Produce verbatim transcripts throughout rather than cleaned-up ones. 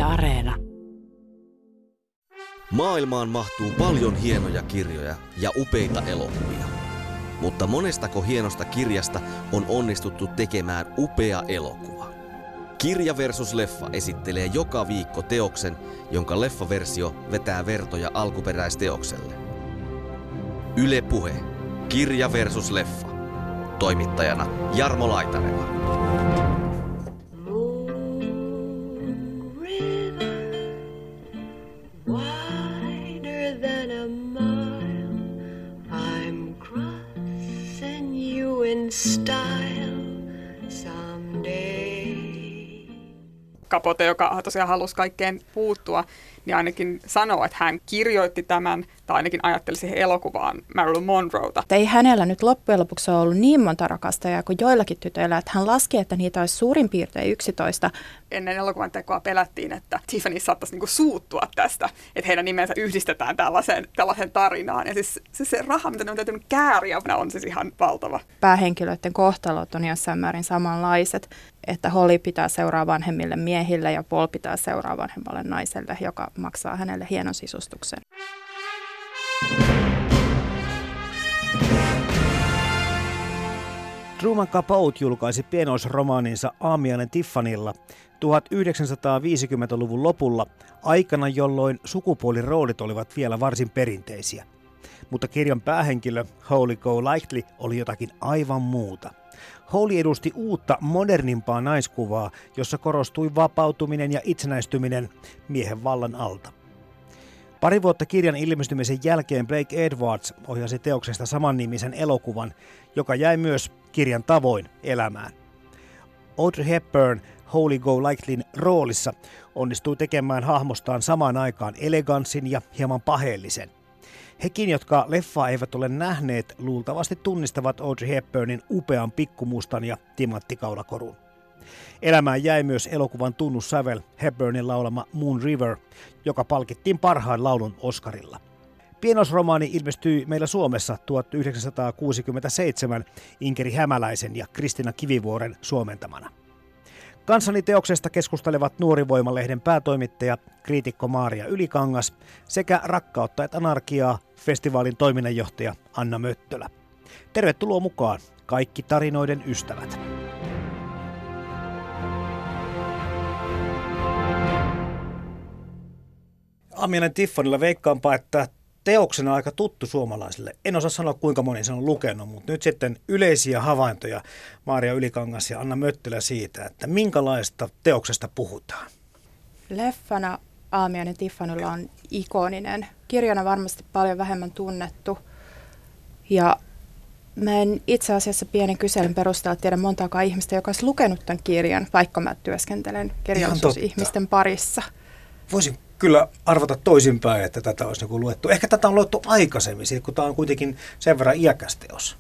Areena. Maailmaan mahtuu paljon hienoja kirjoja ja upeita elokuvia. Mutta monestako hienosta kirjasta on onnistuttu tekemään upea elokuva? Kirja versus leffa esittelee joka viikko teoksen, jonka leffaversio vetää vertoja alkuperäisteokselle. Yle Puhe. Kirja versus leffa. Toimittajana Jarmo Laitaneva. Capote, joka tosiaan halusi kaikkeen puuttua, niin ainakin sanoo, että hän kirjoitti tämän, tai ainakin ajatteli siihen elokuvaan Marilyn Monroeta. Ei hänellä nyt loppujen lopuksi ole ollut niin monta rakastajaa kuin joillakin tytöillä, että hän laski, että niitä olisi suurin piirtein yksitoista. Ennen elokuvan tekoa pelättiin, että Tiffany saattaisi niinku suuttua tästä, että heidän nimensä yhdistetään tällaiseen, tällaiseen tarinaan. Ja siis, siis se raha, mitä ne on täytynyt kääriä, on siis ihan valtava. Päähenkilöiden kohtalot on jossain määrin samanlaiset, että Holly pitää seuraa vanhemmille miehille ja Paul pitää seuraa vanhemmalle naiselle, joka maksaa hänelle hienon sisustuksen. Truman Capote julkaisi pienoisromaaninsa Aamiainen Tiffanylla tuhatyhdeksänsataaviisikymmentäluvun lopulla, aikana jolloin sukupuoliroolit olivat vielä varsin perinteisiä. Mutta kirjan päähenkilö Holly Golightly oli jotakin aivan muuta. Holly edusti uutta, modernimpaa naiskuvaa, jossa korostui vapautuminen ja itsenäistyminen miehen vallan alta. Pari vuotta kirjan ilmestymisen jälkeen Blake Edwards ohjasi teoksesta samannimisen elokuvan, joka jäi myös kirjan tavoin elämään. Audrey Hepburn Holly Golightly:n roolissa onnistui tekemään hahmostaan samaan aikaan eleganssin ja hieman paheellisen. Hekin, jotka leffaa eivät ole nähneet, luultavasti tunnistavat Audrey Hepburnin upean pikkumustan ja timanttikaulakorun. Elämään jäi myös elokuvan tunnussävel Hepburnin laulama Moon River, joka palkittiin parhaan laulun Oscarilla. Pienoisromaani ilmestyi meillä Suomessa tuhatyhdeksänsataakuusikymmentäseitsemän Inkeri Hämäläisen ja Kristiina Kivivuoren suomentamana. Kanssani teoksesta keskustelevat Nuorivoima-lehden päätoimittaja, kriitikko Maaria Ylikangas sekä Rakkautta et anarkiaa -festivaalin toiminnanjohtaja Anna Möttölä. Tervetuloa mukaan, kaikki tarinoiden ystävät. Aamiainen Tiffanylla veikkaanpa, että teoksena aika tuttu suomalaisille. En osaa sanoa, kuinka moni sen on lukenut, mutta nyt sitten yleisiä havaintoja Maaria Ylikangas ja Anna Möttölä siitä, että minkälaista teoksesta puhutaan. Leffana Aamiainen Tiffanylla on ikoninen. Kirjana varmasti paljon vähemmän tunnettu. Ja mä en itse asiassa pienen kyselyn perusteella tiedä montaakaan ihmistä, joka olisi lukenut tämän kirjan, vaikka mä työskentelen kirjallisuusihmisten parissa. Voisin kyllä arvata toisinpäin, että tätä olisi niin luettu. Ehkä tätä on luettu aikaisemmin, kun tämä on kuitenkin sen verran iäkäs teos.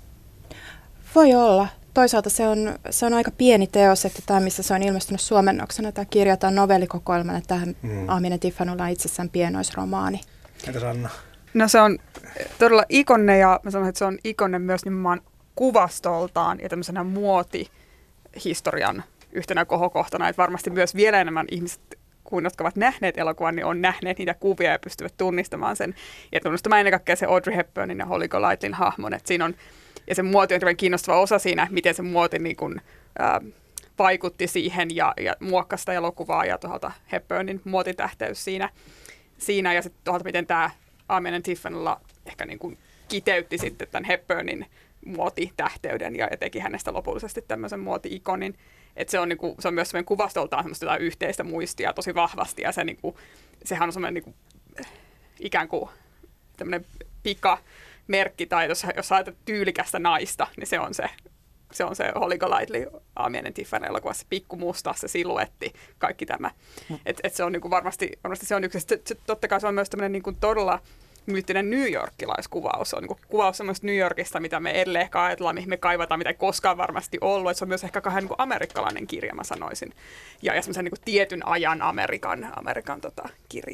Voi olla. Toisaalta se on, se on aika pieni teos, että tämä, missä se on ilmestynyt suomennoksena, tämä kirjataan novellikokoelmana. Tähän mm. Aamiainen Tiffanylla on itsessään pienoisromaani. Entäs Anna? No se on todella ikonne ja mä sanon, että se on ikonne myös nimenomaan kuvastoltaan ja tämmöisenä muotihistorian yhtenä kohokohtana, että varmasti myös vielä enemmän ihmiset kuin jotka ovat nähneet elokuvan, niin on nähneet niitä kuvia ja pystyvät tunnistamaan sen. Ja tunnistamaan ennen kaikkea se Audrey Hepburnin ja Holly Golightly:n hahmon. Että siinä on, ja se muoti on hyvin kiinnostava osa siinä, miten se muoti niin kuin, ää, vaikutti siihen ja, ja muokkasi sitä elokuvaa ja tuolta Hepburnin muotitähteys siinä. siinä ja sitten tuolta, miten tämä Aamiainen Tiffanylla ehkä niin kuin kiteytti sitten tämän Hepburnin muotitähteyden ja, ja teki hänestä lopullisesti tämmöisen muoti-ikonin. Että se on, niinku, se on myös semmoinen kuvastoltaan semmoista jotain yhteistä muistia tosi vahvasti, ja se, niinku, sehän on semmoinen niinku, ikään kuin tämmöinen pikamerkki, tai jos, jos ajatellaan tyylikästä naista, niin se on se, se, on se Holly Golightly Aamiainen Tiffany -elokuvassa, pikkumusta, se siluetti, kaikki tämä. Mm. Et, et se on niinku varmasti, varmasti se on yksi, se, se, totta kai se on myös tämmöinen niinku todella myyttinen New Yorkilaiskuvaus. Se on niin kuvaus semmoista New Yorkista, mitä me edelleen ehkä ajatellaan, mihin me kaivataan, mitä ei koskaan varmasti ollut. Et se on myös ehkä kahden niin amerikkalainen kirja, mä sanoisin. Ja, ja semmoisen niin tietyn ajan Amerikan, Amerikan tota, kirja.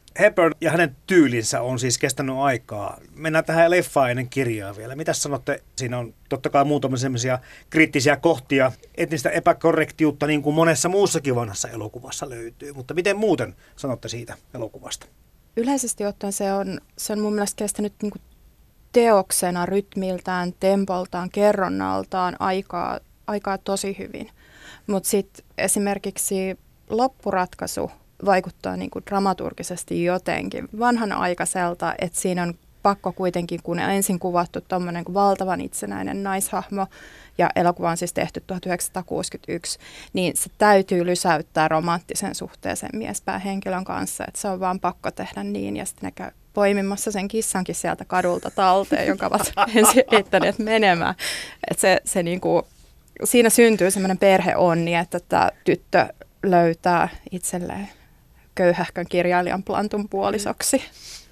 Hepburn ja hänen tyylinsä on siis kestänyt aikaa. Mennään tähän leffaan ennen kirjaa vielä. Mitä sanotte? Siinä on totta kai muutamia sellaisia kriittisiä kohtia, etnistä epäkorrektiutta, niin kuin monessa muussakin vanhassa elokuvassa löytyy. Mutta miten muuten sanotte siitä elokuvasta? Yleisesti ottaen se on, se on mun mielestä kestänyt niin kuin teoksena, rytmiltään, tempoltaan, kerronnaltaan aikaa, aikaa tosi hyvin. Mutta sitten esimerkiksi loppuratkaisu vaikuttaa niin kuin dramaturgisesti jotenkin vanhanaikaiselta, että siinä on pakko kuitenkin, kun ensin kuvattu tuommoinen valtavan itsenäinen naishahmo, ja elokuva on siis tehty tuhatyhdeksänsataakuusikymmentäyksi, niin se täytyy lysäyttää romanttisen suhteeseen miespäähenkilön kanssa, että se on vaan pakko tehdä niin, ja sitten ne käy poimimassa sen kissankin sieltä kadulta talteen, jonka ovat ensin heittäneet menemään. Että se, se niin kuin, siinä syntyy semmoinen perheonni, että tämä tyttö löytää itselleen köyhähkön kirjailijan Plantun puolisoksi.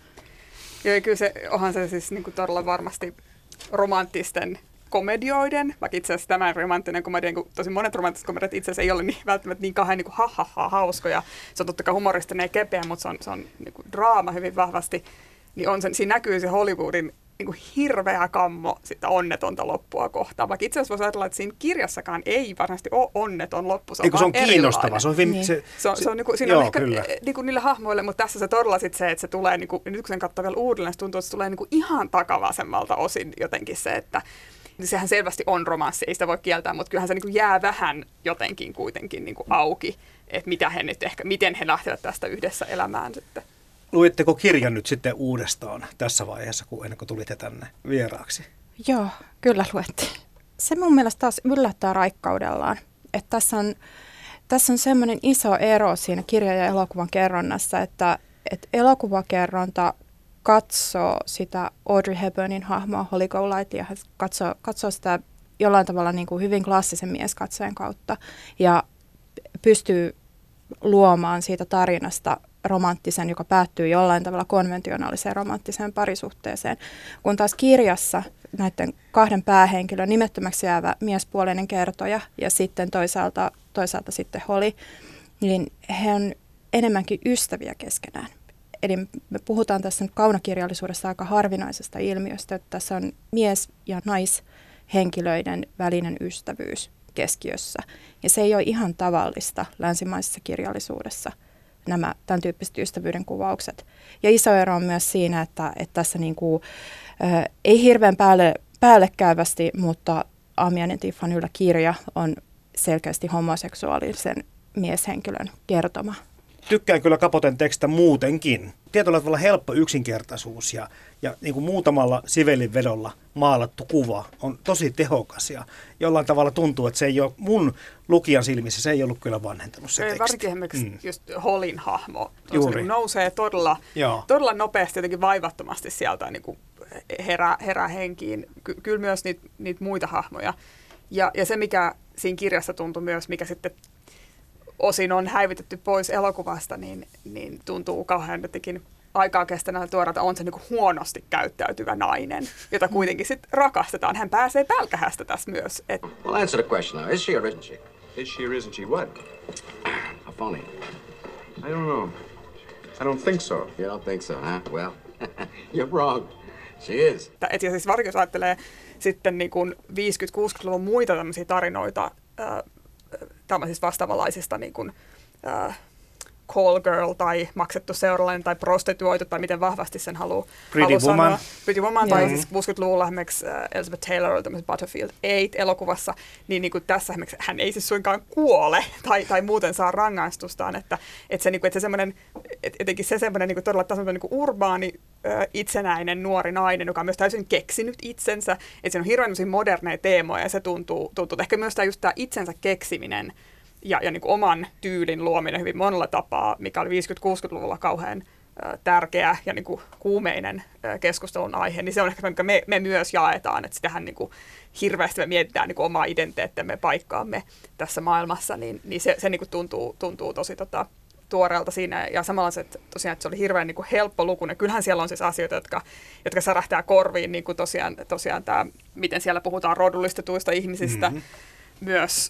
Joo, kyllä se, onhan se siis niin kuin todella varmasti romanttisten komedioiden, vaikka itse asiassa tämä romanttinen komedia, niin tosi monet romanttiset komediat itse asiassa ei ole niin, välttämättä niin kauhean niin ha, ha, ha, hauskoja. Se on totta kai humoristinen ja kepeä, mutta se on, se on niin kuin draama hyvin vahvasti. Niin on sen, siinä näkyy se Hollywoodin niin kuin hirveä kammo sitä onnetonta loppua kohtaan. Vaikka itse asiassa voisi ajatella, että siinä kirjassakaan ei varsinaisesti ole onneton loppu. Se on, Eikö se on kiinnostava? Se on, hyvin, niin. se, se on, se on, niin kuin, siinä joo, on ehkä niin kuin niille hahmoille, mutta tässä se todella sit se, että se tulee, niin kuin, nyt kun sen katsoo vielä uudelleen, se tuntuu, että se tulee niin kuin ihan takavasemmalta osin jotenkin se, että niin sehän selvästi on romanssi, ei sitä voi kieltää, mutta kyllähän se niin kuin jää vähän jotenkin kuitenkin niin kuin auki, että mitä he nyt ehkä, miten he lähtevät tästä yhdessä elämään sitten. Luitteko kirjan nyt sitten uudestaan tässä vaiheessa, kun ennen kuin tulitte tänne vieraaksi? Joo, kyllä luettiin. Se mun mielestä taas yllättää raikkaudellaan, että tässä on, tässä on semmoinen iso ero siinä kirjan ja elokuvan kerronnassa, että, että elokuvakerronta katsoo sitä Audrey Hepburnin hahmoa Holly Golightlia, katsoo, katsoo sitä jollain tavalla niin kuin hyvin klassisen mieskatseen kautta ja pystyy luomaan siitä tarinasta romanttisen, joka päättyy jollain tavalla konventionaaliseen romanttiseen parisuhteeseen. Kun taas kirjassa näiden kahden päähenkilön nimettömäksi jäävä miespuolinen kertoja ja sitten toisaalta, toisaalta sitten Holly, niin he on enemmänkin ystäviä keskenään. Eli me puhutaan tässä nyt kaunokirjallisuudessa aika harvinaisesta ilmiöstä, että tässä on mies- ja naishenkilöiden välinen ystävyys keskiössä. Ja se ei ole ihan tavallista länsimaisessa kirjallisuudessa, nämä tämän tyyppiset ystävyyden kuvaukset. Ja iso ero on myös siinä, että, että tässä niin kuin, äh, ei hirveän päälle, päällekkäyvästi, mutta Aamiainen Tiffanyllä kirja on selkeästi homoseksuaalisen mieshenkilön kertoma. Tykkään kyllä Capoten tekstistä muutenkin. Tietyllä tavalla helppo yksinkertaisuus ja, ja niin kuin muutamalla sivelin vedolla maalattu kuva on tosi tehokas ja jollain tavalla tuntuu, että se ei ole mun lukijan silmissä, se ei ollut kyllä vanhentunut se teksti. Varsinkin esimerkiksi mm. just Hollyn hahmo Juuri. Se nousee todella, todella nopeasti jotenkin vaivattomasti sieltä niin kuin herää, herää henkiin. Ky- kyllä myös niitä, niitä muita hahmoja. Ja, ja se, mikä siinä kirjassa tuntui myös, mikä sitten osin on häivitetty pois elokuvasta, niin, niin tuntuu kauhean jotenkin aikaa kestäneen tuoreelta, on se niin kuin huonosti käyttäytyvä nainen, jota kuitenkin sitten rakastetaan. Hän pääsee pälkähästä tässä myös. Et... Well, answer the question now. Is she or isn't she? Is she or isn't she what? A phony. I don't know. I don't think so. You don't think so, huh? Well, you're wrong. She is. Et ja siis varsinkin jos ajattelee sitten niin kuin viisikymmentä-kuusikymmentäluvun muita tämmöisiä tarinoita, äh, tämmöisistä vastaavanlaisista niin kuin, äh, call girl tai maksettu seuralainen tai prostituoitu tai miten vahvasti sen haluaa halu sanoa. Pretty Woman. Tai siis kuusikymmentäluvulla esimerkiksi äh, Elizabeth Taylor oli tämmöisessä Butterfield kahdeksan elokuvassa, niin, niin kuin tässä esimerkiksi hän ei siis suinkaan kuole tai, tai muuten saa rangaistustaan. Että, että se, niin kuin, että se semmoinen, et, etenkin se semmoinen niin kuin todella tasoinen niin kuin urbaani, äh, itsenäinen nuori nainen, joka on myös täysin keksinyt itsensä. Että siinä on hirveän moderneja teemoja ja se tuntuu, tuntuu että ehkä myös tämä, just tämä itsensä keksiminen ja, ja niin kuin oman tyylin luominen hyvin monella tapaa, mikä oli viisikymmentä-kuusikymmentäluvulla kauhean ä, tärkeä ja niin kuin kuumeinen ä, keskustelun aihe, niin se on ehkä se, mikä me, me myös jaetaan, että sitähän niin kuin hirveästi me mietitään niin kuin omaa identiteettimme paikkaamme tässä maailmassa, niin, niin se, se niin kuin tuntuu, tuntuu tosi tota, tuoreelta siinä, ja samalla se, että, tosiaan, että se oli hirveän niin kuin helppo lukuinen. Kyllähän siellä on siis asioita, jotka, jotka särähtää korviin, niin kuin tosiaan, tosiaan tämä, miten siellä puhutaan rodullistetuista ihmisistä, mm-hmm. myös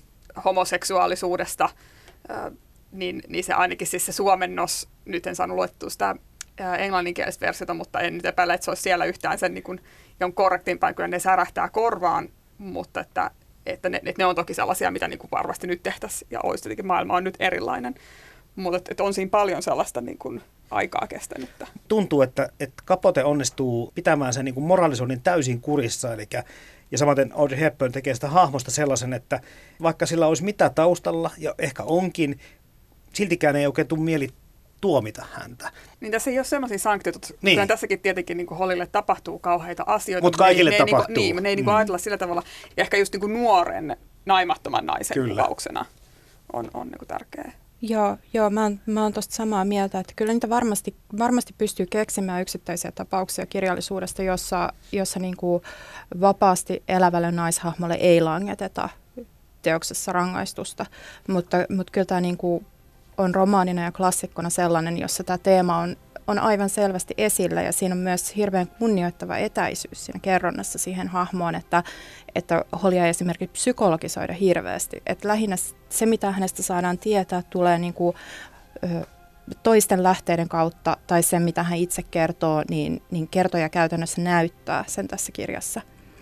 homoseksuaalisuudesta, äh, niin, niin se ainakin siis se suomennos, nyt en saanut luettua sitä englanninkielistä versiota, mutta en nyt epäile, että se olisi siellä yhtään sen niin kuin, jon korrektimpään, kyllä ne särähtää korvaan, mutta että, että, ne, että ne on toki sellaisia, mitä niin kuin varmasti nyt tehtäisiin, ja olisi tietenkin maailma on nyt erilainen, mutta että, että on siinä paljon sellaista niin kuin aikaa kestänyttä. Tuntuu, että, että Capote onnistuu pitämään sen niin kuin moralisoinnin täysin kurissa, eli ja samaten Audrey Hepburn tekee sitä hahmosta sellaisen, että vaikka sillä olisi mitä taustalla, ja ehkä onkin, siltikään ei oikein tule mieli tuomita häntä. Niin tässä ei ole sellaisia sanktioita. Niin. Kyllä tässäkin tietenkin niin kuin Hollille tapahtuu kauheita asioita. Mutta kaikille ne, tapahtuu. Ne, niin, ne ei niin kuin mm. ajatella sillä tavalla. Ja ehkä just niin kuin nuoren naimattoman naisen kyllä. kuvauksena on, on niin kuin tärkeä. Joo, joo mä oon, mä oon tosta samaa mieltä, että kyllä niitä varmasti, varmasti pystyy keksimään yksittäisiä tapauksia kirjallisuudesta, jossa, jossa niin kuin vapaasti elävälle naishahmolle ei langeteta teoksessa rangaistusta, mutta, mutta kyllä tämä niin kuin on romaanina ja klassikkona sellainen, jossa tämä teema on, on aivan selvästi esillä ja siinä on myös hirveän kunnioittava etäisyys siinä kerronnassa siihen hahmoon, että, että Hollia ei esimerkiksi psykologisoida hirveästi. Että lähinnä se, mitä hänestä saadaan tietää, tulee niin kuin, ö, toisten lähteiden kautta tai se, mitä hän itse kertoo, niin, niin kertoja käytännössä näyttää sen tässä kirjassa.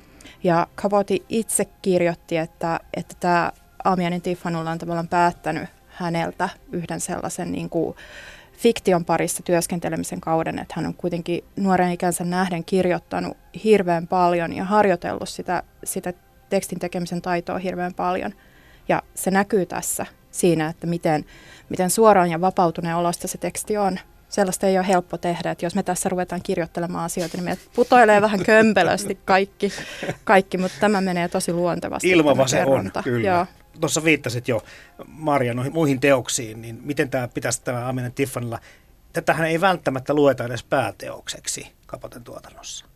Ja Capote itse kirjoitti, että, että tämä Aamiainen Tiffanulla on tavallaan päättänyt häneltä yhden sellaisen niin kuin fiktion parissa työskentelemisen kauden, että hän on kuitenkin nuoren ikänsä nähden kirjoittanut hirveän paljon ja harjoitellut sitä, sitä tekstin tekemisen taitoa hirveän paljon. Ja se näkyy tässä siinä, että miten, miten suoraan ja vapautuneen olosta se teksti on. Sellaista ei ole helppo tehdä, että jos me tässä ruvetaan kirjoittelemaan asioita, niin meidät putoilee vähän kömpelösti kaikki, kaikki, mutta tämä menee tosi luontevasti. Ilmava se on, kyllä. Joo. Tuossa viittasit jo, Marja, noihin muihin teoksiin, niin miten tämä pitäisi tämä Aamiainen Tiffanilla? Tätähän ei välttämättä lueta edes pääteokseksi Capoten tuotannossa.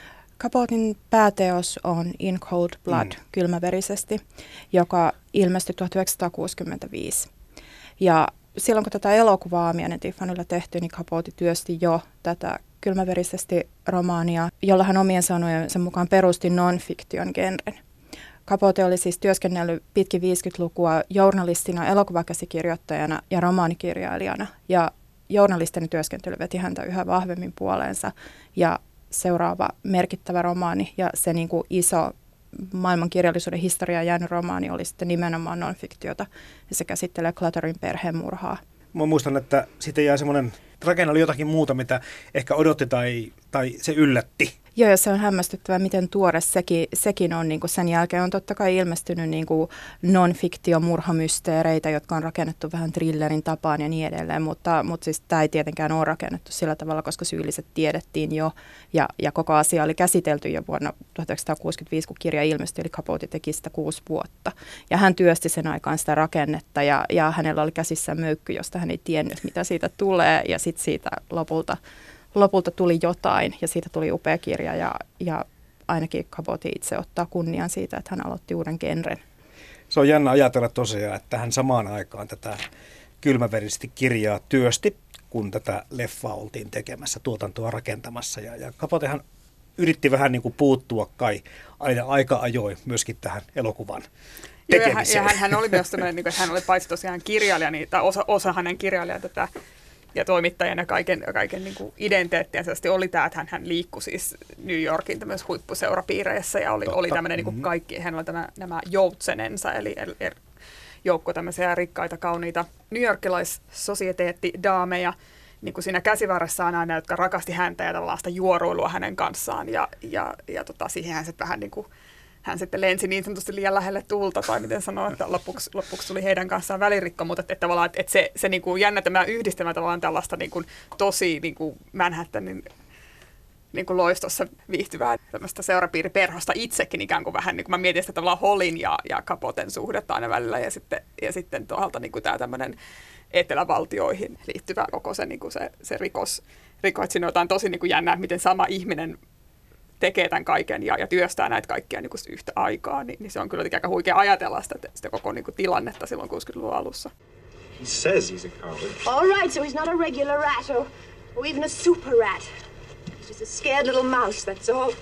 Capoten pääteos on In Cold Blood, mm. kylmäverisesti, joka ilmestyi tuhatyhdeksänsataakuusikymmentäviisi. Ja silloin kun tätä elokuvaa Aamiainen Tiffanilla tehtiin, niin Capote työsti jo tätä kylmäverisesti romaania, jolla hän omien sanojensa mukaan perusti non-fiction genren. Capote oli siis työskennellyt pitkin viisikymmentälukua journalistina, elokuvakäsikirjoittajana ja romaanikirjailijana. Ja journalistinen työskentely veti häntä yhä vahvemmin puoleensa. Ja seuraava merkittävä romaani ja se niin kuin iso maailmankirjallisuuden historiaan jäänyt romaani oli sitten nimenomaan non-fiktiota. Ja se käsittelee Clutterin perheen murhaa. Mä muistan, että siitä jäi semmoinen, rakenne oli jotakin muuta, mitä ehkä odotti tai, tai se yllätti. Joo, ja se on hämmästyttävää, miten tuore sekin, sekin on. Niin kuin sen jälkeen on totta kai ilmestynyt niin kuin non-fiktio-murhamysteereitä, jotka on rakennettu vähän thrillerin tapaan ja niin edelleen, mutta, mutta siis tämä ei tietenkään ole rakennettu sillä tavalla, koska syylliset tiedettiin jo, ja, ja koko asia oli käsitelty jo vuonna tuhatyhdeksänsataakuusikymmentäviisi, kun kirja ilmestyi, eli Capote teki sitä kuusi vuotta. Ja hän työsti sen aikaan sitä rakennetta, ja, ja hänellä oli käsissään möykky, josta hän ei tiennyt, mitä siitä tulee, ja sitten siitä lopulta Lopulta tuli jotain ja siitä tuli upea kirja ja, ja ainakin Capote itse ottaa kunnian siitä, että hän aloitti uuden genren. Se on jännä ajatella tosiaan, että hän samaan aikaan tätä kylmäverisesti kirjaa työsti, kun tätä leffaa oltiin tekemässä, tuotantoa rakentamassa. Ja, ja Capotehan yritti vähän niin kuin puuttua kai aina aika ajoin myöskin tähän elokuvan tekemiseen. Ja hän, ja hän, hän oli myös sellainen, että hän oli paitsi tosiaan kirjailija, niin, tai osa, osa hänen kirjailijan tätä ja toimittajana kaiken, kaiken niin kuin identiteettiä oli tämä, että hän, hän liikkui siis New Yorkin tämmöisissä huippuseurapiireissä ja oli, oli tämmöinen niin kuin kaikki, hän oli tämä, nämä joutsenensa, eli, eli, eli joukko tämmöisiä rikkaita, kauniita newyorkilais-sosieteettidaameja, niin kuin siinä käsivarressa on aina, jotka rakasti häntä ja tällaista juoruilua hänen kanssaan ja, ja, ja tota, siihen hän sitten vähän niin kuin hän sitten lensi niin sanotusti liian lähelle tulta, tai miten sanoa, että lopuksi, lopuksi tuli heidän kanssaan välirikko, mutta että, että tavallaan että, että se, se niin kuin jännä tämä yhdistelmä tavallaan tällaista niin kuin, tosi niin kuin Manhattanin niin kuin loistossa viihtyvää tämmöistä seurapiiriperhosta itsekin ikään kuin vähän, niin kuin mä mietin sitä tavallaan Hollin ja, ja Capoten suhdetta aina välillä, ja sitten, ja sitten tuolta niin kuin tämä tämmöinen etelävaltioihin liittyvä koko se, niin kuin se, se rikos, rikos, että siinä on jotain tosi niin kuin jännää, miten sama ihminen tekee tämän kaiken ja, ja työstää näitä kaikkia niin kuin yhtä aikaa, niin, niin se on kyllä aika huikea ajatella sitä, sitä koko niin kuin tilannetta silloin kuusikymmentäluvun alussa. He says he's a coward. All right, so he's not a regular rat or, or even a super rat. He's just a scared little mouse, that's all.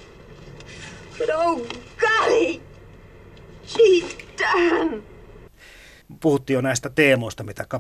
But oh golly! She's done! Puhuttiin jo näistä teemoista, mitä Capote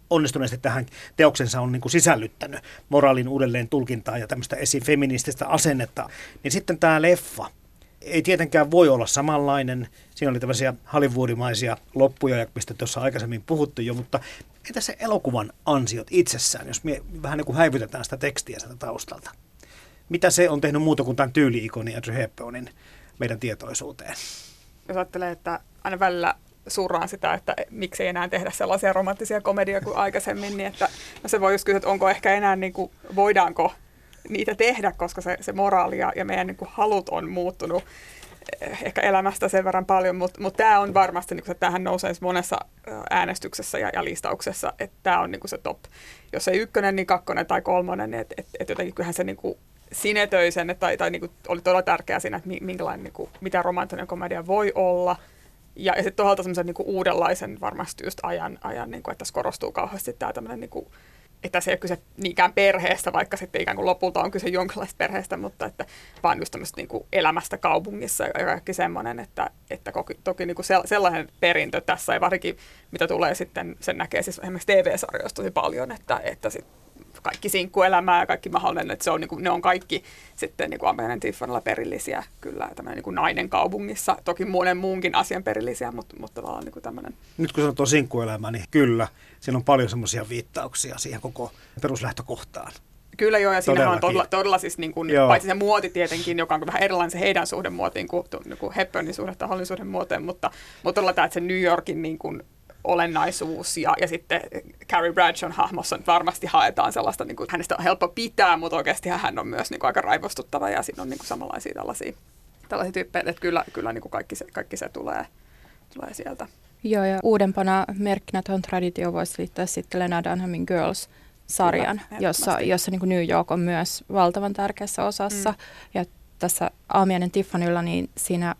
onnistuneesti tähän teoksensa on niin kuin sisällyttänyt moraalin uudelleen tulkintaa ja tämmöistä esifeminististä asennetta, niin sitten tämä leffa ei tietenkään voi olla samanlainen. Siinä oli tämmöisiä hollywoodimaisia loppuja, mistä tuossa aikaisemmin puhuttu jo, mutta entä se elokuvan ansiot itsessään, jos me vähän niin kuin häivytetään sitä tekstiä sieltä taustalta? Mitä se on tehnyt muuta kuin tämän tyyli-ikoni Audrey Hepburnin meidän tietoisuuteen? Jos ajattelee, että aina välillä surraan sitä, että miksi ei enää tehdä sellaisia romanttisia komedioita kuin aikaisemmin, niin että no se voi just kysyä, että onko ehkä enää, niin kuin, voidaanko niitä tehdä, koska se, se moraali ja, ja meidän niin kuin halut on muuttunut ehkä elämästä sen verran paljon, mutta, mutta tämä on varmasti, niin kuin, että tämähän nousee monessa äänestyksessä ja, ja listauksessa, että tämä on niin kuin se top. Jos ei ykkönen, niin kakkonen tai kolmonen, niin että et, et jotenkin kyllähän se niin kuin sinetöi sen, tai, tai niin kuin oli todella tärkeää siinä, että minkälainen, niin kuin, mitä romanttinen komedia voi olla. Ja, ja sitten toisaalta semmoisen niin kuin uudenlaisen varmasti just ajan, ajan niin kuin, että tässä korostuu kauheasti tämä tämmöinen, niin kuin, että se ei ole kyse niinkään perheestä, vaikka sitten ikään kuin lopulta on kyse jonkinlaista perheestä, mutta että vaan just tämmöistä niin kuin elämästä kaupungissa ja kaikki semmoinen, että, että toki, toki niin kuin sellainen perintö tässä, ja varsinkin mitä tulee sitten, sen näkee siis esimerkiksi T V-sarjoista tosi paljon, että, että sit kaikki sinkkuelämää ja kaikki mahdollinen, että se on, niin kuin, ne on kaikki sitten niin kuin American Tiffanylla perillisiä, kyllä tämmöinen niin kuin nainen kaupungissa, toki monen muunkin asian perillisiä, mutta, mutta tavallaan niin kuin tämmöinen. Nyt kun sanoo sinkkuelämää, niin kyllä, siinä on paljon semmoisia viittauksia siihen koko peruslähtökohtaan. Kyllä joo, ja siinähän on todella, todella siis, niin kuin, paitsi se muoti tietenkin, joka on vähän erilainen se heidän suhdemuotiin kuin, niin kuin Hepburnin suhde tai Hollin suhden muoteen, mutta, mutta todella tämä, että se New Yorkin niin kuin olennaisuus ja, ja sitten Carrie Bradshawn hahmossa nyt varmasti haetaan sellaista, niin kuin, hänestä on helppo pitää, mutta oikeasti hän on myös niin kuin, aika raivostuttava ja siinä on niin kuin, samanlaisia tällaisia, tällaisia tyyppejä, että kyllä, kyllä niin kuin kaikki, se, kaikki se tulee, tulee sieltä. Joo, ja uudempana merkkinä tuohon traditioon voisi liittää sitten Lena Dunhamin Girls-sarjan, kyllä, jossa, jossa niin kuin New York on myös valtavan tärkeässä osassa. Mm. Ja tässä Aamiainen Tiffanylla, niin siinä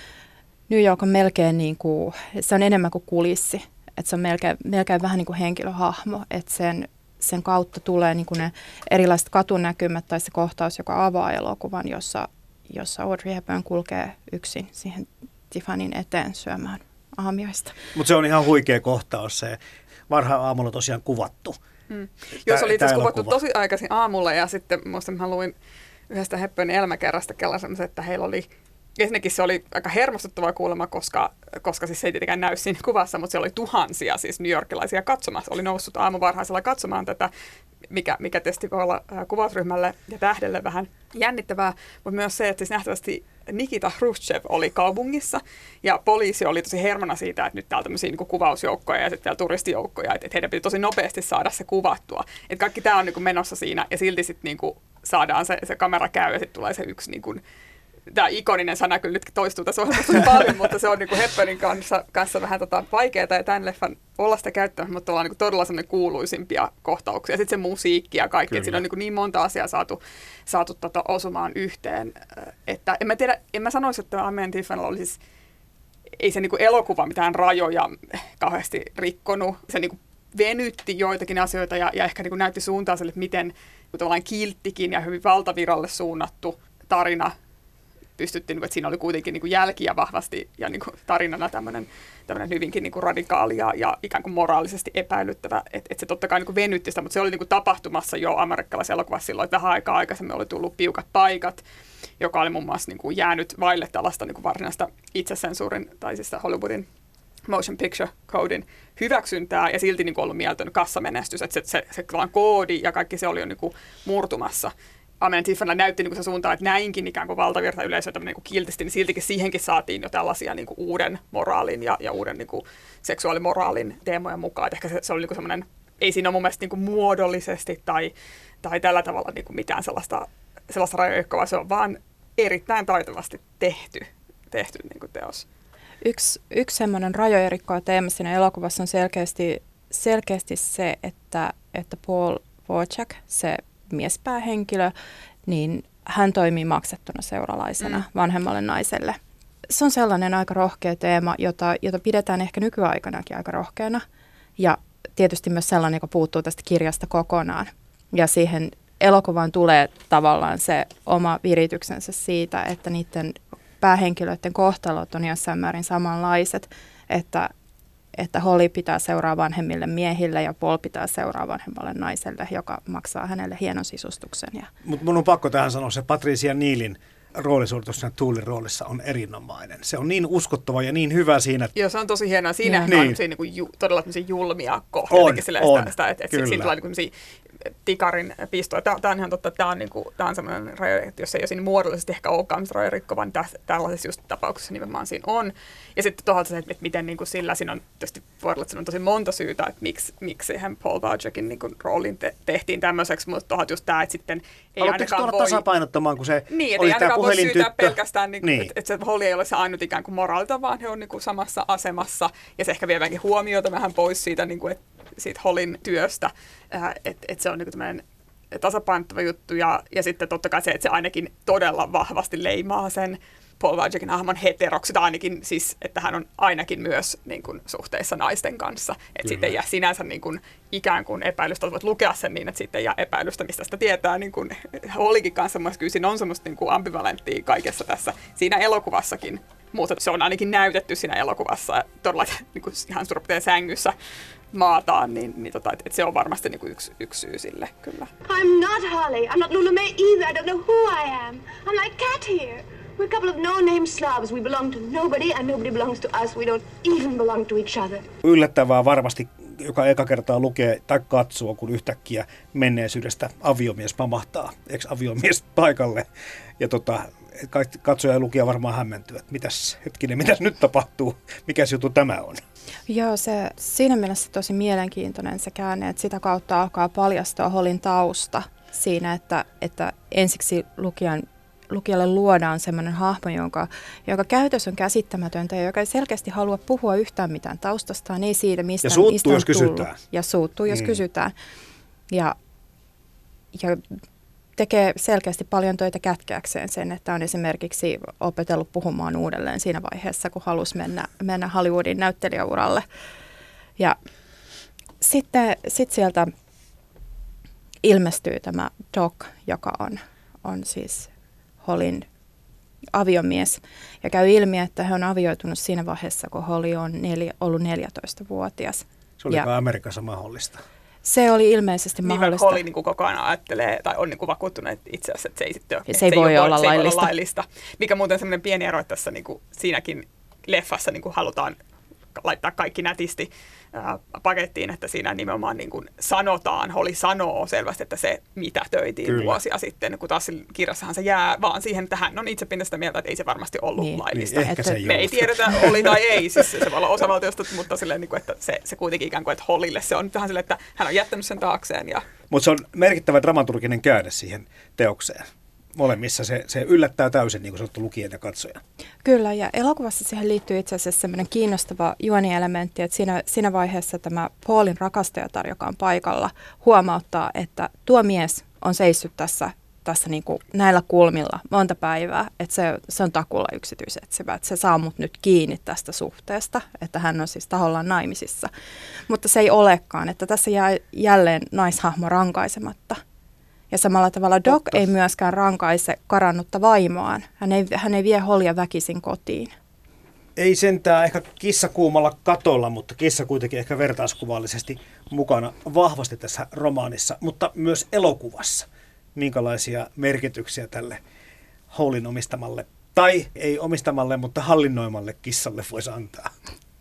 New York on melkein niin kuin, se on enemmän kuin kulissi, että se on melkein, melkein vähän niin kuin henkilöhahmo, että sen, sen kautta tulee niin kuin ne erilaiset katunäkymät tai se kohtaus, joka avaa elokuvan, jossa, jossa Audrey Hepburn kulkee yksin siihen Tiffany'n eteen syömään aamiaista. Mutta se on ihan huikea kohtaus, se varhaan aamulla tosiaan kuvattu. Hmm. Joo, se oli itse kuvattu tosi aikaisin aamulla ja sitten muistan, mä luin yhdestä Hepburnin elämäkerrasta kellan semmoisen, että heillä oli ensinnäkin se oli aika hermostuttava kuulemma, koska, koska siis se ei tietenkään näy siinä kuvassa, mutta siellä oli tuhansia siis newyorkilaisia katsomassa. Oli noussut aamuvarhaisella katsomaan tätä, mikä, mikä tietysti voi olla kuvausryhmälle ja tähdelle vähän jännittävää, mutta myös se, että siis nähtävästi Nikita Khrushchev oli kaupungissa ja poliisi oli tosi hermona siitä, että nyt täällä on tämmöisiä niin kuin kuvausjoukkoja ja sitten vielä turistijoukkoja, että, että heidän piti tosi nopeasti saada se kuvattua. Että kaikki tämä on niin kuin menossa siinä ja silti sitten niin kuin saadaan se, se kamera käy ja sitten tulee se yksi niin kuin tämä ikoninen sana kyllä nyt toistuu tässä ohjelmassa paljon, mutta se on niin kuin Hepburnin kanssa, kanssa vähän tota vaikeaa ja tämän leffan olla sitä käyttämässä, mutta ollaan niin kuin todella sellainen kuuluisimpia kohtauksia. Sitten se musiikki ja kaikki, että siinä on niin, niin monta asiaa saatu, saatu tota osumaan yhteen. Että en mä tiedä, en mä sanoisi, että Aamiainen Tiffanylla oli siis, ei se niin kuin elokuva mitään rajoja kauheasti rikkonut. Se niin kuin venytti joitakin asioita ja, ja ehkä niin kuin näytti suuntaan sille, että miten tavallaan kilttikin ja hyvin valtaviralle suunnattu tarina pystyttiin, että siinä oli kuitenkin niin kuin jälkiä vahvasti ja niin kuin tarinana tämmöinen, tämmöinen hyvinkin niin kuin radikaali ja, ja ikään kuin moraalisesti epäilyttävä, että et se totta kai niin kuin venytti sitä, mutta se oli niin kuin tapahtumassa jo amerikkalaisessa elokuvassa silloin, että vähän aikaa aikaisemmin oli tullut Piukat paikat, joka oli muun muassa niin kuin jäänyt vaille tällaista niin kuin varsinaista itsesensuurin tai siis Hollywoodin motion picture codein hyväksyntää ja silti niin kuin ollut mieltön kassamenestys, että se, se, se, se koodi ja kaikki se oli jo niin kuin murtumassa. Aamiainen Tiffanyllä näytti niin kuin se suuntaan, että näinkin ikään kuin valtavirta yleisö tämmöinen niin kiltisti, niin siltikin siihenkin saatiin jo tällaisia niin kuin uuden moraalin ja, ja uuden niin kuin seksuaalimoraalin teemoja mukaan. Et ehkä se, se oli niin kuin semmoinen, ei siinä ole mun mielestä niin kuin muodollisesti tai, tai tällä tavalla niin kuin mitään sellaista, sellaista rajoikkavaa, se on vaan erittäin taitavasti tehty, tehty niin kuin teos. Yksi, yksi semmoinen rajoja rikkova teema siinä elokuvassa on selkeästi, selkeästi se, että, että Paul Wojciak, se miespäähenkilö, niin hän toimii maksettuna seuralaisena mm. vanhemmalle naiselle. Se on sellainen aika rohkea teema, jota, jota pidetään ehkä nykyaikanakin aika rohkeana. Ja tietysti myös sellainen, joka puuttuu tästä kirjasta kokonaan. Ja siihen elokuvaan tulee tavallaan se oma virityksensä siitä, että niiden päähenkilöiden kohtalot on jossain määrin samanlaiset. Että että Holly pitää seuraa vanhemmille miehille ja Paul pitää seuraa vanhemmalle naiselle, joka maksaa hänelle hienon sisustuksen. Ja... Mutta mun on pakko tähän sanoa, se Patricia Nealin roolisuoritus siinä Toolin roolissa on erinomainen. Se on niin uskottava ja niin hyvä siinä. Joo, se on tosi hienoa. Siinä niin. on niin kuin ju, todella julmia kohtia. On, on, sitä, että, että siinä tulee niin tikarin pistoja. Tämä, tämä on ihan totta, tämä on, niin kuin, tämä on sellainen raja, että jos ei ole siinä muodollisesti ehkä olekaan raja rikko, vaan tässä, tällaisessa just tapauksessa nimenomaan siinä on. Ja sitten tuohon se, että miten niin kuin sillä, siinä on tietysti voidaan on tosi monta syytä, että miksi, miksi siihen Paul Vajakin niin kuin roolin te, tehtiin tämmöiseksi, mutta tuohon just tämä, että sitten ei Aloitteko ainakaan tuoda voi... tasapainottamaan, kun se niin, oli tämä puhelintyttö? Niin, ei pelkästään, niin, niin. että, että se Holly ei ole se ainut ikään kuin moraalita, vaan he on niin kuin samassa asemassa, ja se ehkä vieväänkin huomiota vähän pois siitä, niin kuin, että, siitä Hollyn työstä, äh, että, että se on niin kuin tämmöinen tasapainottava juttu, ja, ja sitten totta kai se, että se ainakin todella vahvasti leimaa sen Paul Vajakin hahmon heteroksi, tai ainakin siis, että hän on ainakin myös niin kuin, suhteissa naisten kanssa. Että sitten ei jää sinänsä niin kuin, ikään kuin epäilystä, voit lukea sen niin, että sitten ei jää epäilystä, mistä sitä tietää. Niin kuin Hollykin kanssa, mutta kyllä siinä on semmoista niin kuin ambivalenttia kaikessa tässä siinä elokuvassakin. Mutta se on ainakin näytetty siinä elokuvassa, todella niin kuin ihan suurin piirtein sängyssä maataan, niin, niin tota, et, et se on varmasti niin kuin yksi, yksi syy sille, kyllä. I'm not Holly. I'm not Luna May either. I don't know who I am. I'm like Cat here. We're a couple of no-name slobs. We belong to nobody and nobody belongs to us. We don't even belong to each other. Yllättävää varmasti, joka eka kertaa lukee tai katsoo, kun yhtäkkiä menneisyydestä aviomies pamahtaa, ex-aviomies paikalle. Ja tota, katsoja ja lukija varmaan hämmentyy, että mitäs hetkinen, mitäs nyt tapahtuu, mikäs juttu tämä on. Joo, se siinä mielessä tosi mielenkiintoinen se käänne, että sitä kautta alkaa paljastua Hollyn tausta siinä, että, että ensiksi lukijan lukijalle luodaan semmoinen hahmo, jonka, jonka käytös on käsittämätöntä ja joka ei selkeästi halua puhua yhtään mitään taustastaan, ei siitä, mistä, ja suuttuu, mistä on jos tullut. kysytään. Ja suuttuu, jos mm. kysytään. Ja, ja tekee selkeästi paljon töitä kätkeäkseen sen, että on esimerkiksi opetellut puhumaan uudelleen siinä vaiheessa, kun halusi mennä, mennä Hollywoodin näyttelijäuralle. Ja sitten sit sieltä ilmestyy tämä Doc, joka on, on siis Hollyn aviomies. Ja käy ilmi, että he on avioitunut siinä vaiheessa, kun Holly on neljä, ollut neljätoistavuotias. Se oli ja Amerikassa mahdollista. Se oli ilmeisesti niin mahdollista. Holly niin kuin koko ajan ajattelee, tai on niin kuin vakuuttunut että itse asiassa, että se ei sitten ole, se ei voi olla se laillista. Ei olla laillista. Mikä muuten sellainen pieni ero, että tässä niin kuin, siinäkin leffassa niin kuin halutaan laittaa kaikki nätisti ää, pakettiin, että siinä nimenomaan niin kuin sanotaan, Holly sanoo selvästi, että se mitä töitiin Kyllä. vuosia sitten, kun taas kirjassahan se jää vaan siihen, että hän on itse sitä mieltä, että ei se varmasti ollut niin. laillista. Niin, että me ei tiedetä, oli tai ei, siis se voi olla osavaltiosta, mutta silleen, että se, se kuitenkin ikään kuin, että Hollylle se on vähän silleen, että hän on jättänyt sen taakseen. Ja... Mutta se on merkittävä dramaturginen käänne siihen teokseen. Molemmissa se, se yllättää täysin, niin kuin sanottu, lukijan ja katsojan. Kyllä, ja elokuvassa siihen liittyy itse asiassa sellainen kiinnostava juonielementti, että siinä, siinä vaiheessa tämä Paulin rakastajatar, joka on paikalla, huomauttaa, että tuo mies on seissyt tässä, tässä niin kuin näillä kulmilla monta päivää, että se, se on takulla yksityisetsivä, että se saa mut nyt kiinni tästä suhteesta, että hän on siis tahollaan naimisissa. Mutta se ei olekaan, että tässä jää jälleen naishahmo rankaisematta. Ja samalla tavalla Doc Totta. ei myöskään rankaise karannutta vaimoaan. Hän ei, hän ei vie Hollya väkisin kotiin. Ei sentään ehkä kissa kuumalla katolla, mutta kissa kuitenkin ehkä vertauskuvallisesti mukana vahvasti tässä romaanissa, mutta myös elokuvassa. Minkälaisia merkityksiä tälle Hollyn omistamalle, tai ei omistamalle, mutta hallinnoimalle kissalle voisi antaa?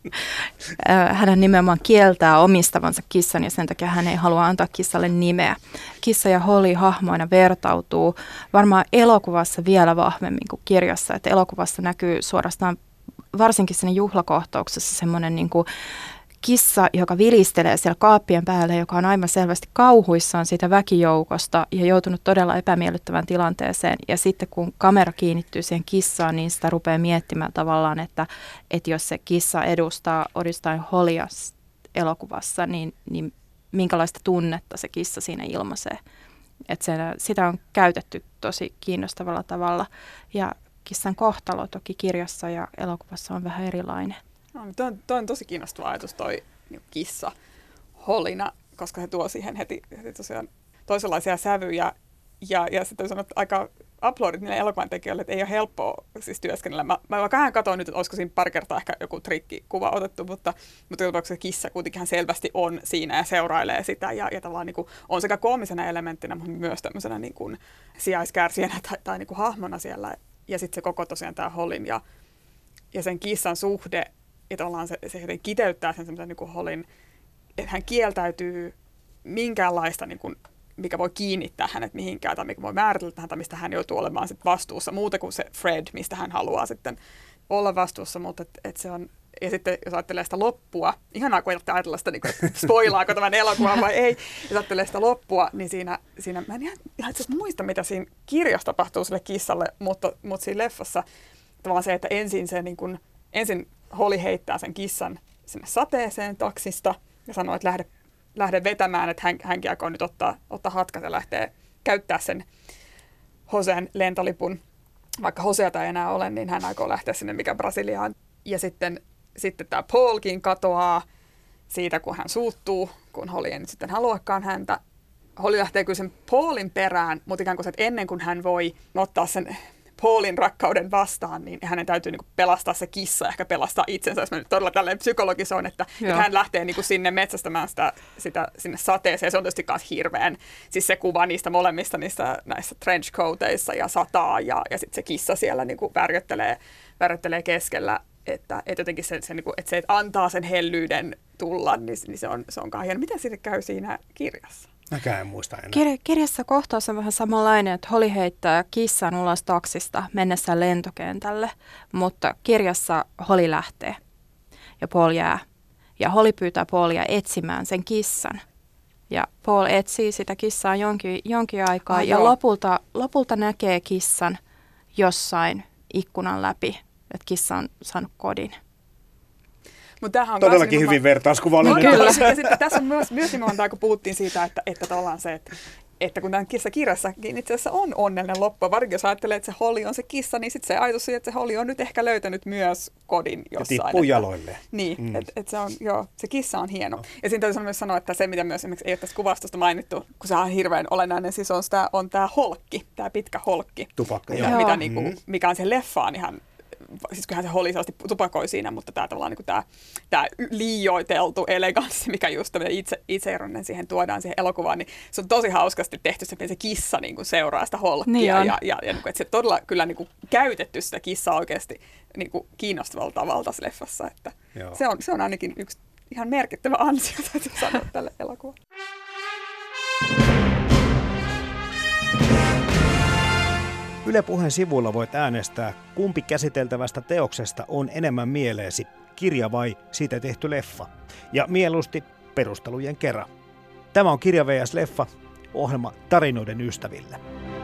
Hän nimenomaan kieltää omistavansa kissan ja sen takia hän ei halua antaa kissalle nimeä. Kissa ja Holly hahmoina vertautuu varmaan elokuvassa vielä vahvemmin kuin kirjassa. Että elokuvassa näkyy suorastaan varsinkin siinä juhlakohtauksessa semmoinen niin kuin kissa, joka vilistelee siellä kaappien päällä, joka on aivan selvästi kauhuissaan siitä väkijoukosta ja joutunut todella epämiellyttävään tilanteeseen. Ja sitten kun kamera kiinnittyy siihen kissaan, niin sitä rupeaa miettimään tavallaan, että, että jos se kissa edustaa Odyssein Hollya elokuvassa, niin, niin minkälaista tunnetta se kissa siinä ilmaisee. Että se, sitä on käytetty tosi kiinnostavalla tavalla. Ja kissan kohtalo toki kirjassa ja elokuvassa on vähän erilainen. No, toi, on, toi on tosi kiinnostava ajatus toi niin kissa Hollina, koska he tuo siihen heti, heti tosiaan toisenlaisia sävyjä. Ja, ja sitten sanoa, että aika uploadit niille elokuvan tekijöille, että ei ole helppoa siis työskennellä. Mä, mä vähän katsoin nyt, että olisiko siinä pari kertaa ehkä joku trikkikuva otettu, mutta, mutta se kissa kuitenkin selvästi on siinä ja seurailee sitä ja, ja tavallaan niin kuin on sekä koomisena elementtinä, mutta myös tämmöisenä niin kuin sijaiskärsijänä tai, tai niin kuin hahmona siellä. Ja sitten se koko tosiaan tämä Hollin ja, ja sen kissan suhde, että ollaan se, se joten kiteyttää sen semmoisen niin kuin Hollin, että hän kieltäytyy minkäänlaista, niin kuin, mikä voi kiinnittää hänet mihinkään tai mikä voi määritellä häntä, mistä hän joutuu olemaan sit vastuussa, muuta kuin se Fred, mistä hän haluaa sitten olla vastuussa, mutta et, et se on, ja sitten jos ajattelee sitä loppua, ihanaa kun ajatella sitä, niin kuin, että spoilaako tämän elokuvan vai ei, jos ajattelee sitä loppua, niin siinä, siinä mä en ihan, ihan itse asiassa muista, mitä siinä kirjassa tapahtuu sille kissalle, mutta, mutta siinä leffassa tavallaan se, että ensin, se, niin kuin, ensin Holly heittää sen kissan sinne sateeseen taksista ja sanoo, että lähde lähde vetämään, että hän, hänkin aikoo nyt ottaa, ottaa hatkat ja lähtee käyttää sen Joseen lentolipun. Vaikka Joseata ei enää ole, niin hän aikoo lähteä sinne mikä Brasiliaan. Ja sitten, sitten tämä Paulkin katoaa siitä, kun hän suuttuu, kun Holly ei nyt sitten haluakaan häntä. Holly lähtee kyllä sen Paulin perään, mutta ikään kuin se, että ennen kuin hän voi ottaa sen Paulin rakkauden vastaan, niin hänen täytyy niin kuin pelastaa se kissa, ehkä pelastaa itsensä, jos mä nyt todella tälleen psykologisoin, että, että hän lähtee niin kuin sinne metsästämään sitä, sitä sinne sateeseen. Se on tietysti myös hirveän, siis se kuva niistä molemmista niistä näissä trenchcoateissa ja sataa ja, ja sitten se kissa siellä niin kuin värjöttelee, värjöttelee keskellä, että, että jotenkin se, se, niin kuin, että se, että antaa sen hellyyden tulla, niin, niin se on, se on hieno. Miten siitä käy siinä kirjassa? Mäkään en muista enää. Kir- kirjassa kohtaus on vähän samanlainen, että Holly heittää kissan ulos taksista mennessään lentokentälle, mutta kirjassa Holly lähtee ja Paul jää. Ja Holly pyytää Paulia etsimään sen kissan. Ja Paul etsii sitä kissaa jonkin, jonkin aikaa ah, ja lopulta, lopulta näkee kissan jossain ikkunan läpi, että kissa on saanut kodin. Mut on todellakin hyvin vertauskuvallinen. No, kyllä. Ja sitten tässä on myös, myös nimenomaan, kun puhuttiin siitä, että, että ollaan se, että, että kun tämän kissa kirjassakin itse asiassa on onnellinen loppu. Varsinkin jos ajattelee, että se Holly on se kissa, niin sitten se ajatus siitä, että se Holly on nyt ehkä löytänyt myös kodin jossain. Ja tippuu jaloille. Niin, mm. että et se on, joo, se kissa on hieno. No. Ja siinä täytyy myös sanoa, että se, mitä myös esimerkiksi ei ole tästä kuvastosta mainittu, kun se on hirveän olennainen, siis on tämä on tää holkki, tämä pitkä holkki. Tupakka, mitä, mitä niinku, mm. mikä on se leffaan ihan, siis kyllähän se Holly sellaisesti tupakoi siinä, mutta tämä tavallaan niin tämä, tämä liioiteltu eleganssi, mikä just itse, itseeroinen siihen tuodaan siihen elokuvaan, niin se on tosi hauskasti tehty se, se kissa niin kuin seuraa sitä Holkia niin ja, ja, ja, ja niin kuin, että se todella kyllä niin kuin käytetty sitä kissaa oikeasti niin kuin kiinnostavalla tavalla tässä leffassa, että se on, se on ainakin yksi ihan merkittävä ansio, täytyy sanoa tälle elokuvalle. Yle Puheen sivuilla voit äänestää, kumpi käsiteltävästä teoksesta on enemmän mieleesi, kirja vai siitä tehty leffa. Ja mieluusti perustelujen kerran. Tämä on Kirja versus leffa, ohjelma tarinoiden ystäville.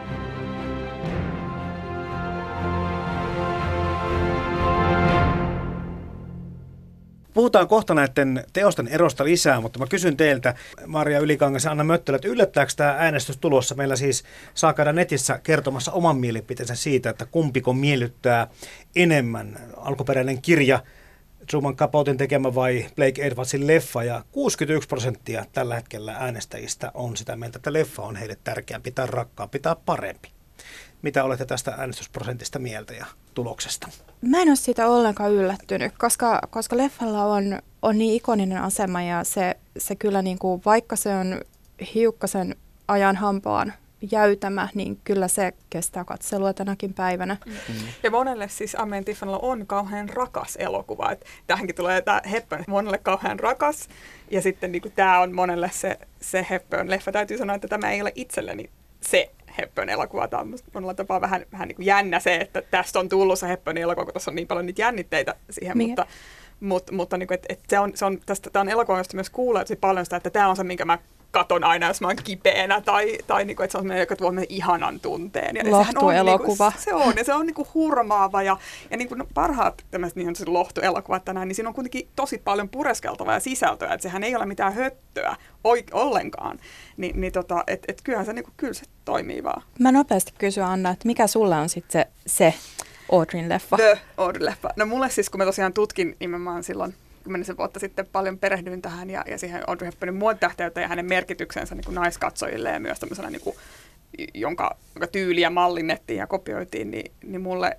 Puhutaan kohta näiden teosten erosta lisää, mutta mä kysyn teiltä, Marja Ylikangas ja Anna Möttölä, että yllättääkö tämä äänestys tulossa? Meillä siis saa käydä netissä kertomassa oman mielipiteensä siitä, että kumpiko miellyttää enemmän, alkuperäinen kirja, Truman Capoten tekemä vai Blake Edwardsin leffa, ja kuusikymmentäyksi prosenttia tällä hetkellä äänestäjistä on sitä mieltä, että leffa on heille tärkeämpi tai rakkaampi tai parempi. Mitä olette tästä äänestysprosentista mieltä ja tuloksesta? Mä en ole siitä ollenkaan yllättynyt, koska, koska leffalla on, on niin ikoninen asema ja se, se kyllä niin kuin, vaikka se on hiukkasen ajan hampaan jäytämä, niin kyllä se kestää katselua tänäkin päivänä. Mm-hmm. Ja monelle siis Amen Tiffanilla on kauhean rakas elokuva. Että tähänkin tulee tämä Hepburn monelle kauhean rakas ja sitten niin kuin, tämä on monelle se, se Hepburn-leffa. Täytyy sanoa, että tämä ei ole itselleni se Hepburn-elokuva. Tämä on monella tapaa vähän, vähän niin kuin jännä se, että tästä on tullut se Hepburn-elokuva, kun tässä on niin paljon niitä jännitteitä siihen, Mikä? mutta, mutta, mutta niin kuin, että, että se on, se on, tästä, tämä on elokuva, josta myös kuulee paljon sitä, että tämä on se, minkä mä katon aina, jos mä oon kipeänä, tai, tai niin kuin, että se on sellainen, joka tuo ihanan tunteen. Ja lohtuelokuva. Niin se on, ja se on niin kuin hurmaava, ja, ja niin kuin, no, parhaat tämmöiset niin lohtuelokuvat tänään, niin siinä on kuitenkin tosi paljon pureskeltavaa ja sisältöä, että sehän ei ole mitään höttöä oik- ollenkaan. Ni, niin tota, että et kyllähän se, niin kuin, kyllä se toimii vaan. Mä nopeasti kysyn, Anna, että mikä sulla on sitten se, se Audreyn leffa? The Audrey leffa. No mulle siis, kun mä tosiaan tutkin nimenomaan silloin kymmenisen vuotta sitten paljon perehdyin tähän ja, ja siihen Audrey Hepburnin muotitähteyteen ja hänen merkityksensä niin kuin naiskatsojille ja myös tämmöisenä niin kuin jonka, jonka tyyliä mallinnettiin ja kopioitiin, niin, niin mulle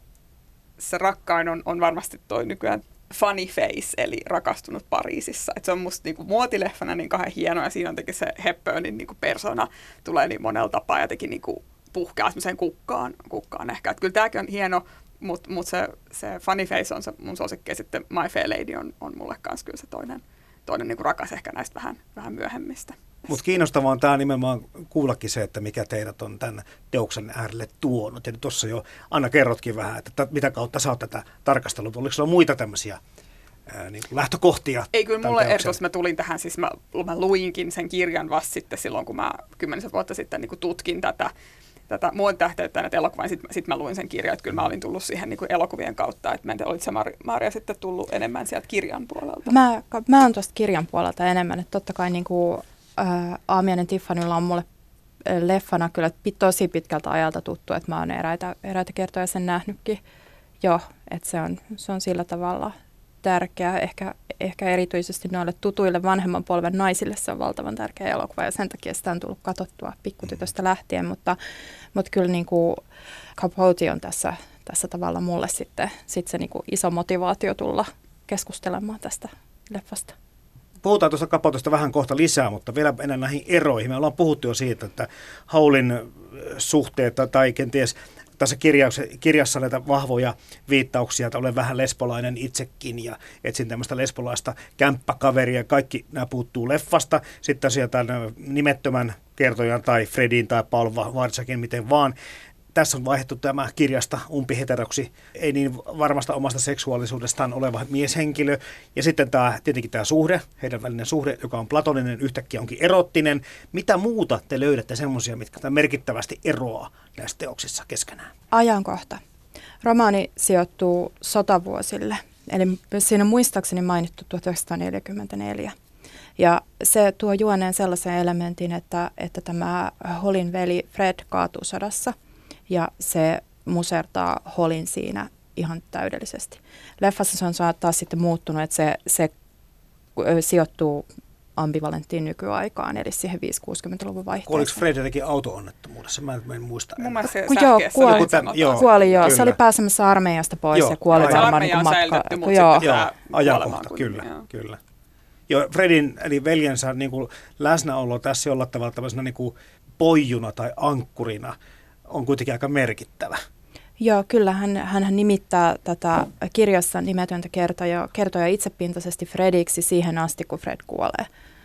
se rakkain on, on varmasti toi nykyään Funny Face, eli Rakastunut Pariisissa. Et se on musta niinku muotileffana niin kauhean hieno, ja siinä on teki se Hepburnin niinku persona tulee niin monella tapaa ja teki niinku puhkeaa semmoiseen kukkaan, kukkaan ehkä. Et kyllä tämäkin on hieno, mutta mut se, se Funny Face on se mun suosikki, ja sitten My Fair Lady on, on mulle kanssa kyllä se toinen, toinen niinku rakas ehkä näistä vähän, vähän myöhemmistä. Mutta kiinnostavaa on tämä nimenomaan kuullakin se, että mikä teidät on tämän teoksen äärelle tuonut. Ja nyt tuossa jo Anna kerrotkin vähän, että t- mitä kautta sä oot tätä tarkastellut. Oliko sulla muita tämmöisiä ää, niin kuin lähtökohtia? Ei, kyllä mulle erityisesti mä tulin tähän, siis mä, mä luinkin sen kirjan vasta sitten silloin, kun mä kymmenisen vuotta sitten niin kuin tutkin tätä, tätä muotitähteyttä näitä elokuvia, niin sitten sit mä luin sen kirjan, että kyllä mä olin tullut siihen niin kuin elokuvien kautta, että mä en tiedä, olit sä Maria sitten tullut enemmän sieltä kirjan puolelta? Mä, mä oon tuosta kirjan puolelta enemmän, että totta kai niin kuin Ää, Aamiainen Tiffanylla on mulle leffana kyllä tosi pitkältä ajalta tuttu, että mä oon eräitä, eräitä kertoja sen nähnytkin jo, että se on, se on sillä tavalla tärkeä. Ehkä, ehkä erityisesti noille tutuille vanhemman polven naisille se on valtavan tärkeä elokuva ja sen takia sitä on tullut katsottua pikkutytöstä lähtien, mutta, mutta kyllä niin kuin Capote on tässä, tässä tavalla mulle sitten sit se niin kuin iso motivaatio tulla keskustelemaan tästä leffasta. Puhutaan tuosta Capotesta vähän kohta lisää, mutta vielä ennen näihin eroihin. Me ollaan puhuttu jo siitä, että Howlin suhteet tai kenties tässä kirjassa näitä vahvoja viittauksia, että olen vähän lesbolainen itsekin ja etsin tämmöistä lesbolaista kämppäkaveria. Kaikki nämä puuttuu leffasta. Sitten sieltä nimettömän kertojan tai Fredin tai Paul Varzakin, miten vaan. Tässä on vaihdettu tämä kirjasta umpiheteroksi, ei niin varmasta omasta seksuaalisuudestaan oleva mieshenkilö. Ja sitten tämä, tietenkin tämä suhde, heidän välinen suhde, joka on platoninen, yhtäkkiä onkin erottinen. Mitä muuta te löydätte semmoisia, mitkä merkittävästi eroaa näissä teoksissa keskenään? Ajankohta. Romaani sijoittuu sotavuosille, eli siinä on muistaakseni mainittu tuhatyhdeksänsataaneljäkymmentäneljä. Ja se tuo juoneen sellaisen elementin, että, että tämä Hollin veli Fred kaatuu sodassa. Ja se musertaa Hollin siinä ihan täydellisesti. Leffassa se on taas sitten muuttunut, että se, se sijoittuu ambivalenttiin nykyaikaan, eli siihen viisikymmentä-kuusikymmentäluvun vaihteeseen. Kuoliko Fred jotenkin auto-onnettomuudessa? Mä en, mä en muista. Mun mielestä se joo, kuoli, tämän, joo, kuoli joo. Se oli pääsemässä armeijasta pois joo, ja kuoli aivan. varmaan niin kuin matka. Säilytetty, mutta joo, joo ajankohta, kyllä, joo. kyllä. Joo, Fredin eli veljensä niin kuin läsnäolo tässä jollain tavalla tämmöisenä niin kuin poijuna tai ankkurina on kuitenkin aika merkittävä. Joo, kyllä hän, hän nimittää tätä kirjassa nimetöntä kertoja, kertoja itsepintaisesti Frediksi siihen asti, kun Fred kuolee.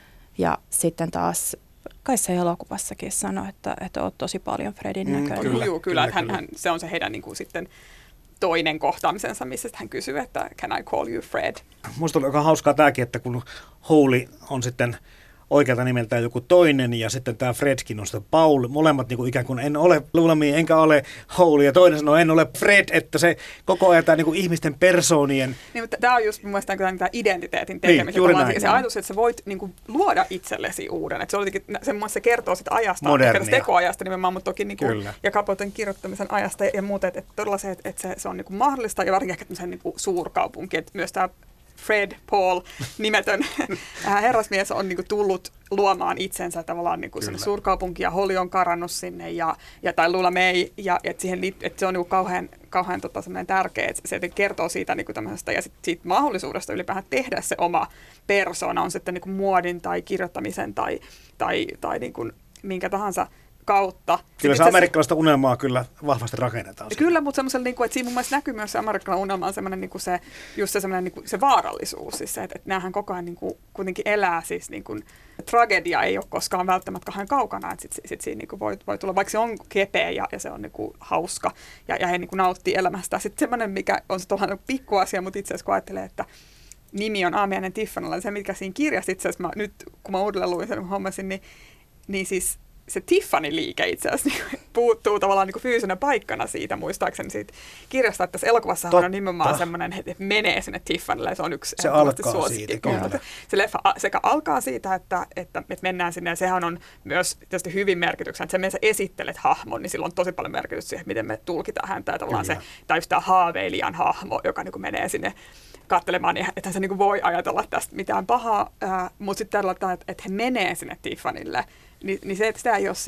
Ja sitten taas, kai se elokuvassakin sanoi, että, että olet tosi paljon Fredin näköinen. Mm, kyllä, Joo, kyllä, kyllä, kyllä. Hän, se on se heidän niin kuin, sitten toinen kohtaamisensa, missä hän kysyy, että can I call you Fred? Musta on aika hauskaa tämäkin, että kun Howley on sitten oikealta nimeltään joku toinen, ja sitten tämä Fredkin on sitten Paul. Molemmat niin kuin ikään kuin en ole Lulamia, enkä ole Howley, ja toinen sanoo en ole Fred, että se koko ajan tämä niin kuin ihmisten persoonien. Niin, mutta tämä on just mun mielestä tämä identiteetin tekeminen. Niin, se ajatus, että sä voit niin kuin luoda itsellesi uuden. Että se, olikin, se, se kertoo sitä ajasta, modernia. Tekoajasta nimenomaan, mutta toki niin kuin, ja Capoten kirjoittamisen ajasta ja muuta, että, että todella se, että, että se, se on niin kuin mahdollista, ja varsinkin ehkä niin kuin suurkaupunki, että myös tämä Fred Paul, nimetön herrasmies, on niinku tullut luomaan itsensä tavallaan niinku sinne suurkaupunkiin, ja Holly on karannut sinne, ja, ja tai Lula May, ja et siihen liittyy, että se on niinku kauhean, kauhean tota, tärkeä, että se kertoo siitä niinku tämmöisestä, ja sit, siitä mahdollisuudesta ylipäätään tehdä se oma persona, on sitten niinku muodin tai kirjoittamisen tai, tai, tai niinku minkä tahansa kautta. Kyllä se amerikkalaista unelmaa kyllä vahvasti rakennetaan. Kyllä, siinä. Mutta semmoisella, niin kuin, että siinä mun mielestä näkyy myös se amerikkalainen unelma on semmoinen, niin kuin se, just se, semmoinen, niin kuin se vaarallisuus. Siis se, että, että näähän koko ajan niin kuin, kuitenkin elää, siis niin kuin, tragedia ei ole koskaan välttämättä kauhean kaukana, että sitten sit siinä niin kuin voi, voi tulla, vaikka se on kepeä ja, ja se on niin kuin hauska ja, ja he niin kuin nauttii elämästä. Sitten semmoinen, mikä on se tuollainen pikkuasia, mutta itse asiassa kun ajattelee, että nimi on Aamiainen Tiffanylla, niin se, mikä siinä kirjassa itse asiassa, mä, nyt kun mä uudelleen luin sen hommasin, niin, niin siis se Tiffany-liike itse asiassa niin puuttuu tavallaan niin kuin fyysisenä paikkana siitä, muistaakseni siitä kirjasta, että tässä elokuvassahan on nimenomaan semmoinen, että menee sinne Tiffanylle, ja se on yksi se alkaa siitä, se leffa sekä alkaa siitä, että, että, että mennään sinne, ja sehän on myös tietysti hyvin merkityksellinen, että se, miten sä esittelet hahmon, niin sillä on tosi paljon merkitystä siihen, miten me tulkitaan häntä, ja tavallaan se, tai just tämä haaveilijan hahmo, joka niin kuin menee sinne katselemaan, niin että se niin kuin voi ajatella tästä mitään pahaa, äh, mutta sitten tällä tavalla, että, että he menee sinne Tiffanylle, Niin, niin se, että sitä ei ole siinä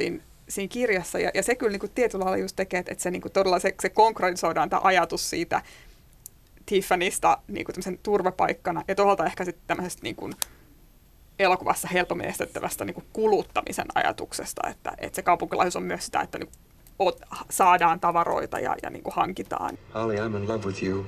siinä kirjassa. Ja, ja se kyllä niin kuin tietyllä lailla just tekee, että se niin kuin todella se, se konkretisoidaan tämä ajatus siitä Tiffanysta niin kuin tämmöisen turvapaikkana ja toisaalta ehkä sitten tämmöisestä niin kuin elokuvassa helpommin estettävästä niin kuin kuluttamisen ajatuksesta, että, että se kaupunkilaisuus on myös sitä, että niin kuin saadaan tavaroita ja, ja niin kuin hankitaan. Holly, I'm in love with you.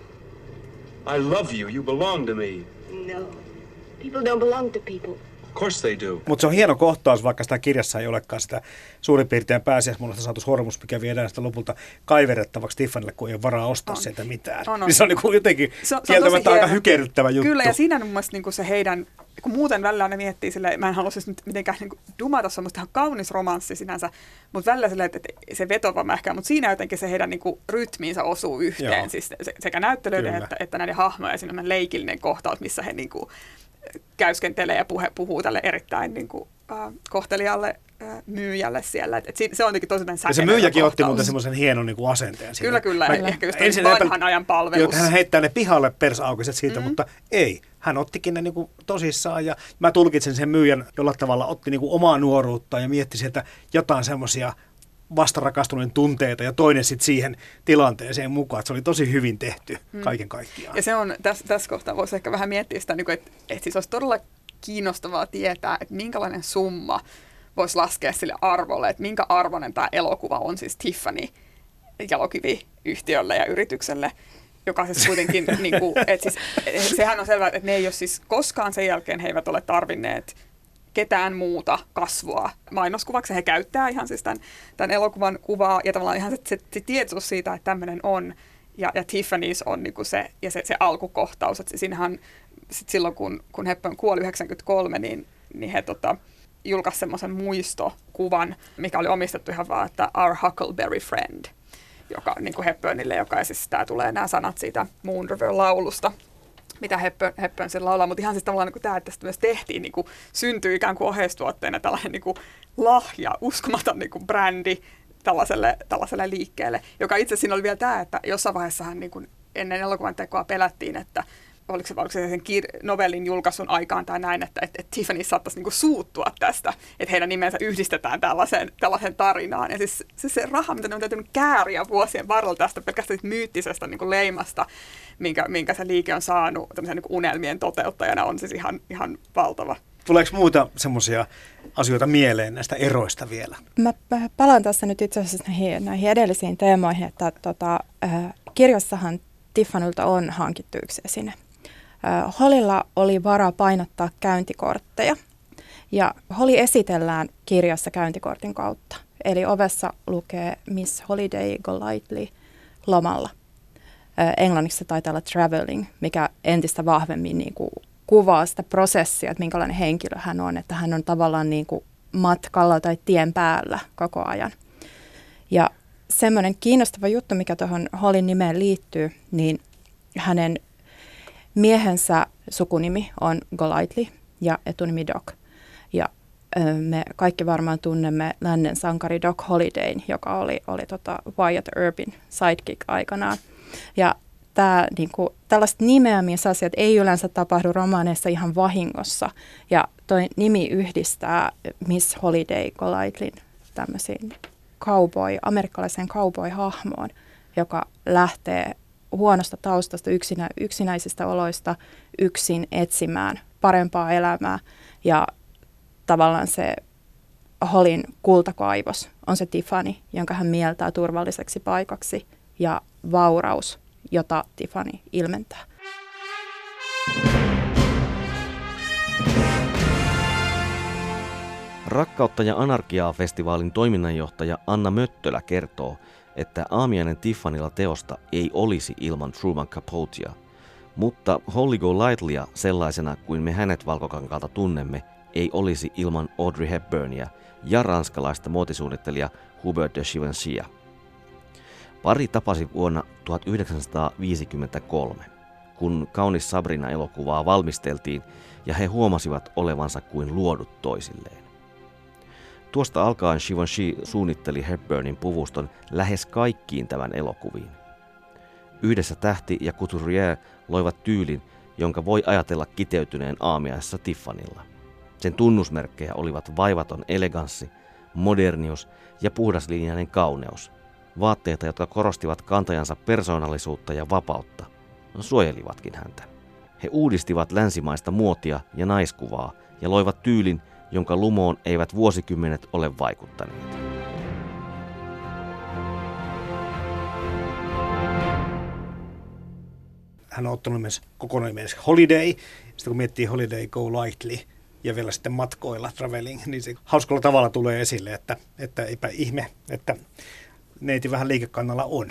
I love you. You belong to me. No. People don't belong to people. Of course they do. Mutta se on hieno kohtaus, vaikka sitä kirjassa ei olekaan sitä suurin piirtein pääsiäismunasta saatu sormus, mikä viedään sitä lopulta kaiverettavaksi Tiffanylle, kun ei ole varaa ostaa on. sieltä mitään. On, on. Niin se on niin jotenkin se, kieltämättä aika hykerryttävä juttu. Kyllä, ja siinä on mun mielestä niin se heidän, kun muuten välillä ne miettii silleen, mä en halua siis nyt mitenkään niin dumata, se on musta ihan kaunis romanssi sinänsä, mutta välillä silleen, että se vetoava ehkä, mutta siinä jotenkin se heidän niin kuin rytmiinsä osuu yhteen, Joo. siis sekä näyttelyiden että, että näiden hahmojen ja siinä on leikillinen kohtaus, missä he niin kuin käyskentelee ja puhe, puhuu tälle erittäin niin kuin, äh, kohtelijalle äh, myyjälle siellä. Et, et se on jotenkin tosi säkeinen. Ja se myyjäkin otti muuten semmoisen hienon niin kuin asenteen. Siinä. Kyllä, kyllä. Mä, ehkä just vanhan ajan palvelus. Hän heittää ne pihalle persaukiset siitä, mm-hmm. mutta ei. Hän ottikin ne niin kuin tosissaan ja mä tulkitsen sen myyjän jollain tavalla, otti niin kuin omaa nuoruuttaan ja mietti sieltä jotain semmoisia vastarakastuneen tunteita ja toinen sitten siihen tilanteeseen mukaan. Että se oli tosi hyvin tehty hmm. kaiken kaikkiaan. Ja se on, tässä, tässä kohtaa voisi ehkä vähän miettiä sitä, että, että siis olisi todella kiinnostavaa tietää, että minkälainen summa voisi laskea sille arvolle, että minkä arvoinen tämä elokuva on siis Tiffany jalokiviyhtiölle ja yritykselle, joka siis kuitenkin, niin kuin, että siis, sehän on selvää, että ne ei ole siis koskaan sen jälkeen, he eivät ole tarvinneet ketään muuta kasvua mainoskuvaksi. He käyttää ihan siis tämän, tämän elokuvan kuvaa ja tavallaan ihan se, se, se tietoisuus siitä, että tämmöinen on. Ja, ja Tiffany's on niinku se, ja se, se alkukohtaus. Että siinähän sit silloin, kun, kun Hepburn kuoli yhdeksänkymmentäkolme, niin, niin he tota, julkaisivat semmoisen muistokuvan, mikä oli omistettu ihan vaan, että Our Huckleberry Friend, joka niin kuin Hepburnille, joka siis tämä tulee nämä sanat siitä Moon River-laulusta, mitä Hepburn, Hepburn sen laulaa, mutta ihan siis tavallaan niin tämä, että tästä myös tehtiin, niin kuin, syntyi ikään kuin oheistuotteena tällainen niin kuin lahja, uskomaton niin kuin brändi tällaiselle, tällaiselle liikkeelle, joka itse siinä oli vielä tämä, että jossain vaiheessahan niin kuin ennen elokuvan tekoa pelättiin, että oliko se, oliko se sen kir- novellin julkaisun aikaan tai näin, että, että, että Tiffany saattaisi niinku suuttua tästä, että heidän nimensä yhdistetään tällaiseen, tällaiseen tarinaan. Ja siis se, se raha, mitä ne on täytynyt kääriä vuosien varrella tästä pelkästään myyttisestä niinku leimasta, minkä, minkä se liike on saanut tämmöisen niinku unelmien toteuttajana, on siis ihan, ihan valtava. Tuleeko muuta semmoisia asioita mieleen näistä eroista vielä? Mä palaan tässä nyt itse asiassa näihin, näihin edellisiin teemoihin, että tota, äh, kirjassahan Tiffanylta on hankittu yksi esine. Hollylla oli varaa painottaa käyntikortteja ja Holly esitellään kirjassa käyntikortin kautta. Eli ovessa lukee Miss Holiday Golightly lomalla. Englanniksi se taitaa olla traveling, mikä entistä vahvemmin niin kuin kuvaa sitä prosessia, että minkälainen henkilö hän on. Että hän on tavallaan niin kuin matkalla tai tien päällä koko ajan. Ja semmoinen kiinnostava juttu, mikä tuohon Hollyn nimeen liittyy, niin hänen miehensä sukunimi on Golightly ja etunimi Doc. Ja ö, me kaikki varmaan tunnemme lännen sankari Doc Hollidayn, joka oli, oli tota Wyatt Earpin sidekick aikanaan. Ja tää, niinku, tällaiset nimeämisasiat ei yleensä tapahdu romaaneissa ihan vahingossa. Ja toi nimi yhdistää Miss Holiday Golighthlyn tämmöisiin cowboy, amerikkalaiseen cowboy-hahmoon, joka lähtee huonosta taustasta, yksinä, yksinäisistä oloista yksin etsimään parempaa elämää. Ja tavallaan se Hollyn kultakaivos on se Tiffany, jonka hän mieltää turvalliseksi paikaksi, ja vauraus, jota Tiffany ilmentää. Rakkautta ja anarkiaa-festivaalin toiminnanjohtaja Anna Möttölä kertoo, että aamiainen Tiffanylla teosta ei olisi ilman Truman Capotea, mutta Holly Golightlyä sellaisena kuin me hänet valkokankaalta tunnemme ei olisi ilman Audrey Hepburnia ja ranskalaista muotisuunnittelija Hubert de Givenchyä. Pari tapasi vuonna tuhatyhdeksänsataaviisikymmentäkolme, kun Kaunis Sabrina-elokuvaa valmisteltiin ja he huomasivat olevansa kuin luodut toisilleen. Tuosta alkaen Givenchy suunnitteli Hepburnin puvuston lähes kaikkiin tämän elokuviin. Yhdessä tähti ja couturier loivat tyylin, jonka voi ajatella kiteytyneen aamiaisessa Tiffanylla. Sen tunnusmerkkejä olivat vaivaton eleganssi, modernius ja puhdaslinjainen kauneus. Vaatteita, jotka korostivat kantajansa persoonallisuutta ja vapautta, suojelivatkin häntä. He uudistivat länsimaista muotia ja naiskuvaa ja loivat tyylin, jonka lumoon eivät vuosikymmenet ole vaikuttaneet. Hän on ottanut myös kokonaan nimensä Holiday. Sitten kun miettii Holiday Go Lightly ja vielä sitten matkoilla, traveling, niin se hauskalla tavalla tulee esille, että, että eipä ihme, että neiti vähän liikekannalla on.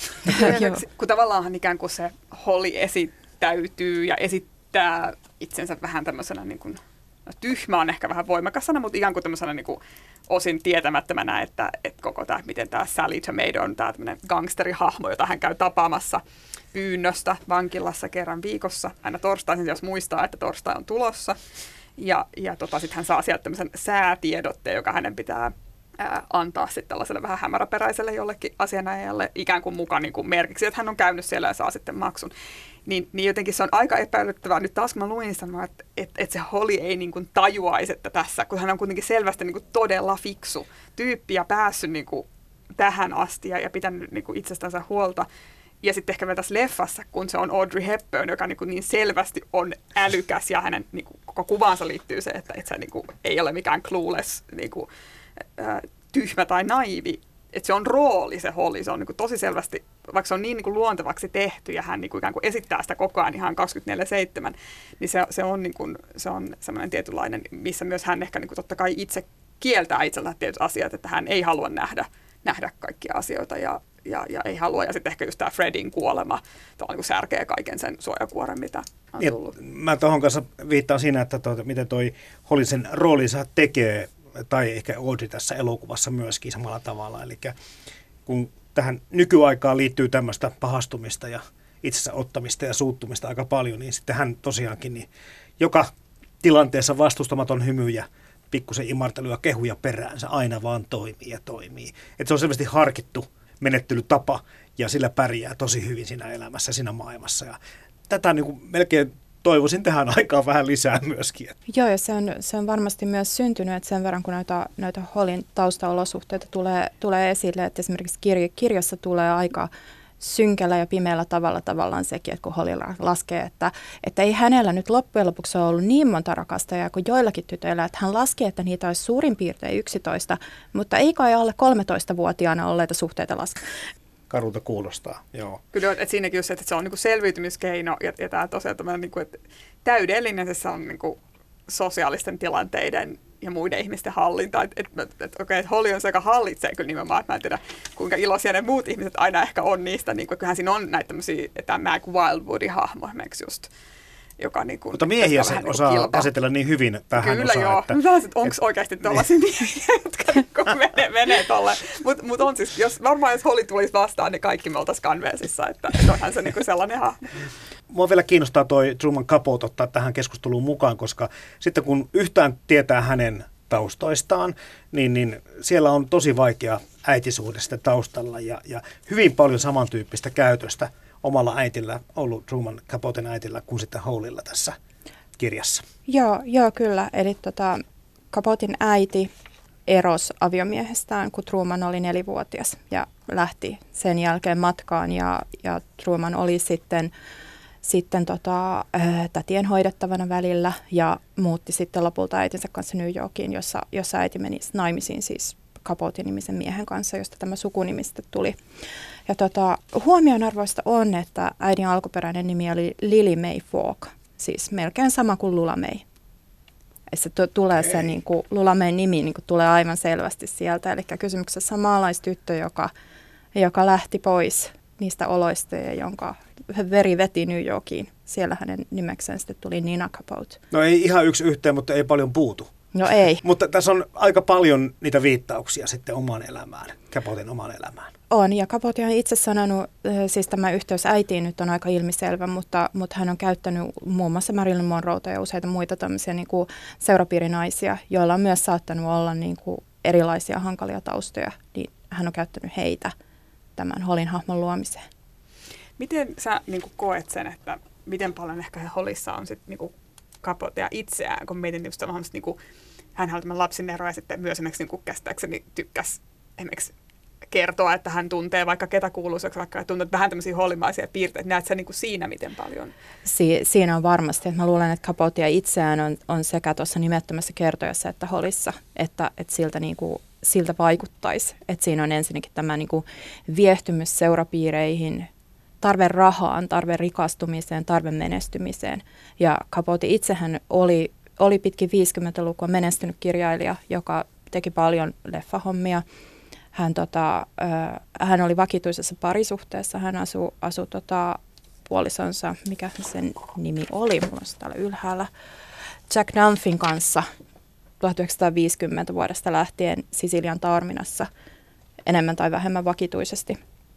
Kun tavallaan ikään kuin se Holly esittäytyy ja esittää itsensä vähän tämmöisenä, niin kuin, no, tyhmä on ehkä vähän voimakas sana, mutta ikään kuin tämmöisenä niin kuin osin tietämättömänä, että, että koko tämä, miten tämä Sally Tomato on tämä tämmöinen gangsterihahmo, jota hän käy tapaamassa pyynnöstä vankilassa kerran viikossa, aina torstaisin, jos muistaa, että torstai on tulossa. Ja, ja tota, sitten hän saa sieltä tämmöisen säätiedotteen, joka hänen pitää ää, antaa sitten tällaiselle vähän hämäräperäiselle jollekin asianajajalle ikään kuin mukaan niin kuin merkiksi, että hän on käynyt siellä ja saa sitten maksun. Niin, niin jotenkin se on aika epäilyttävää. Nyt taas mä luin sanoa, että, että, että se Holly ei niin kuin tajuaisi, että tässä, kun hän on kuitenkin selvästi niin kuin todella fiksu tyyppi ja päässyt niin kuin tähän asti ja, ja pitänyt niin kuin itsestänsä huolta. Ja sitten ehkä vielä tässä leffassa, kun se on Audrey Hepburn, joka niin, kuin niin selvästi on älykäs ja hänen niin kuin, koko kuvaansa liittyy se, että, että se niin kuin, ei ole mikään clueless, niin kuin, äh, tyhmä tai naivi. Että se on rooli se Holly, se on niin kuin, tosi selvästi, vaikka se on niin, niin kuin, luontevaksi tehty ja hän niin kuin, ikään kuin esittää sitä koko ajan ihan kaksikymmentäneljä seitsemän, niin se, se on, niin kuin, se on semmoinen tietynlainen, missä myös hän ehkä niin kuin, totta kai itse kieltää itseltään tietyt asiat, että hän ei halua nähdä, nähdä kaikkia asioita ja Ja, ja ei halua. Ja sitten ehkä just tämä Fredin kuolema niin särkee kaiken sen suojakuoren, mitä on tullut. Ja mä tuohon kanssa viittaan siinä, että tuota, miten toi Holly sen roolinsa tekee, tai ehkä Audrey tässä elokuvassa myöskin samalla tavalla. Eli kun tähän nykyaikaan liittyy tämmöistä pahastumista ja itsensä ottamista ja suuttumista aika paljon, niin sitten hän tosiaankin niin joka tilanteessa vastustamaton hymy ja pikkusen imartelu ja kehuja peräänsä aina vaan toimii ja toimii. Että se on selvästi harkittu menettelytapa ja sillä pärjää tosi hyvin siinä elämässä, siinä maailmassa. Ja tätä niin kuin melkein toivoisin tähän aikaan vähän lisää myöskin. Joo, ja se on, se on varmasti myös syntynyt, että sen verran kun noita, noita Hollyn taustaolosuhteita tulee, tulee esille, että esimerkiksi kirj, kirjassa tulee aika synkällä ja pimeällä tavalla tavallaan sekin, että kun Holly laskee, että, että ei hänellä nyt loppujen lopuksi ole ollut niin monta rakastajaa kuin joillakin tytöillä, että hän laski, että niitä olisi suurin piirtein yksitoista, mutta ei kai alle kolmetoistavuotiaana olleita suhteita laske. Karulta kuulostaa, joo. Kyllä, että siinäkin just, että se on niin kuin selviytymiskeino ja, ja tämä tosiaan tämmöinen, niin kuin, että täydellinen se on niin kuin sosiaalisten tilanteiden ja muiden ihmisten hallinta. Että et, et, et, okei, että Holly on se, joka hallitsee kyllä nimenomaan, että mä en tiedä, kuinka iloisia ne muut ihmiset aina ehkä on niistä. Niin kuin, kyllähän siinä on näitä tämmöisiä, että Mag Wildwoodin-hahmo esimerkiksi just, joka niin kuin, mutta miehiä se osaa niin asetella niin hyvin tähän kyllä osaan. Joo, että kyllä joo. Onko oikeasti tällaisia miehiä, jotka niin menee, menee tolle. Mutta mut on siis, jos, varmaan jos Holly tulisi vastaan, niin kaikki me oltaisiin Canvasissa, että, että onhan se niin kuin sellainen hahmo. Mua vielä kiinnostaa toi Truman Capote ottaa tähän keskusteluun mukaan, koska sitten kun yhtään tietää hänen taustoistaan, niin, niin siellä on tosi vaikea äitisuhde sitten taustalla ja, ja hyvin paljon samantyyppistä käytöstä omalla äitillä, ollut Truman Capoten äitillä, kuin sitten Hollylla tässä kirjassa. Joo, joo kyllä. Eli tota, Capoten äiti erosi aviomiehestään, kun Truman oli nelivuotias ja lähti sen jälkeen matkaan ja, ja Truman oli sitten sitten tota, äh, tätien hoidettavana välillä ja muutti sitten lopulta äitinsä kanssa New Yorkiin, jossa, jossa äiti meni naimisiin siis Capote-nimisen miehen kanssa, josta tämä sukunimi sitten tuli. Ja tota, huomionarvoista on, että äidin alkuperäinen nimi oli Lily May Falk, siis melkein sama kuin Lula May. Se t- tulee okay. se niin kuin, Lula Mayn nimi niin kuin, tulee aivan selvästi sieltä, eli kysymyksessä on maalaistyttö, joka, joka lähti pois niistä oloista ja jonka veri veti New Yorkiin. Siellä hänen nimekseen sitten tuli Nina Capote. No ei ihan yksi yhteen, mutta ei paljon puutu. No ei. Mutta tässä on aika paljon niitä viittauksia sitten omaan elämään, Capoten omaan elämään. On, ja Capote on itse sanonut, siis tämä yhteys äitiin nyt on aika ilmiselvä, mutta, mutta hän on käyttänyt muun muassa Marilyn Monroeta ja useita muita tämmöisiä niin kuin seurapiirinaisia, joilla on myös saattanut olla niin kuin erilaisia hankalia taustoja, niin hän on käyttänyt heitä tämän Hollyn hahmon luomiseen. Miten sä niin kuin koet sen, että miten paljon ehkä Hollyssa on sitten niin kuin Capotea itseään, kun mietin just niin kuin hän oli tämän lapsen ero ja sitten myös esimerkiksi niin käsittääkseni tykkäsi esimerkiksi kertoa, että hän tuntee vaikka ketä kuuluisaksi, vaikka tuntuu vähän tämmöisiä hollimaisia piirteitä. Näet sä niin kuin siinä miten paljon? Si- siinä on varmasti. Että mä luulen, että Capotea itseään on, on sekä tuossa nimettömässä kertojassa että Hollissa, että, että siltä, niin kuin, siltä vaikuttaisi. Että siinä on ensinnäkin tämä niin kuin viehtymys seurapiireihin, tarve rahaan, tarve rikastumiseen, tarve menestymiseen. Ja Capote itsehän oli, oli pitkin viisikymmentälukua menestynyt kirjailija, joka teki paljon leffahommia. Hän, tota, äh, hän oli vakituisessa parisuhteessa, hän asui asu, tota, puolisonsa, mikä sen nimi oli, mulla on se täällä ylhäällä, Jack Dunphin kanssa tuhatyhdeksänsataaviisikymmentä vuodesta lähtien Sisilian Taorminassa enemmän tai vähemmän vakituisesti.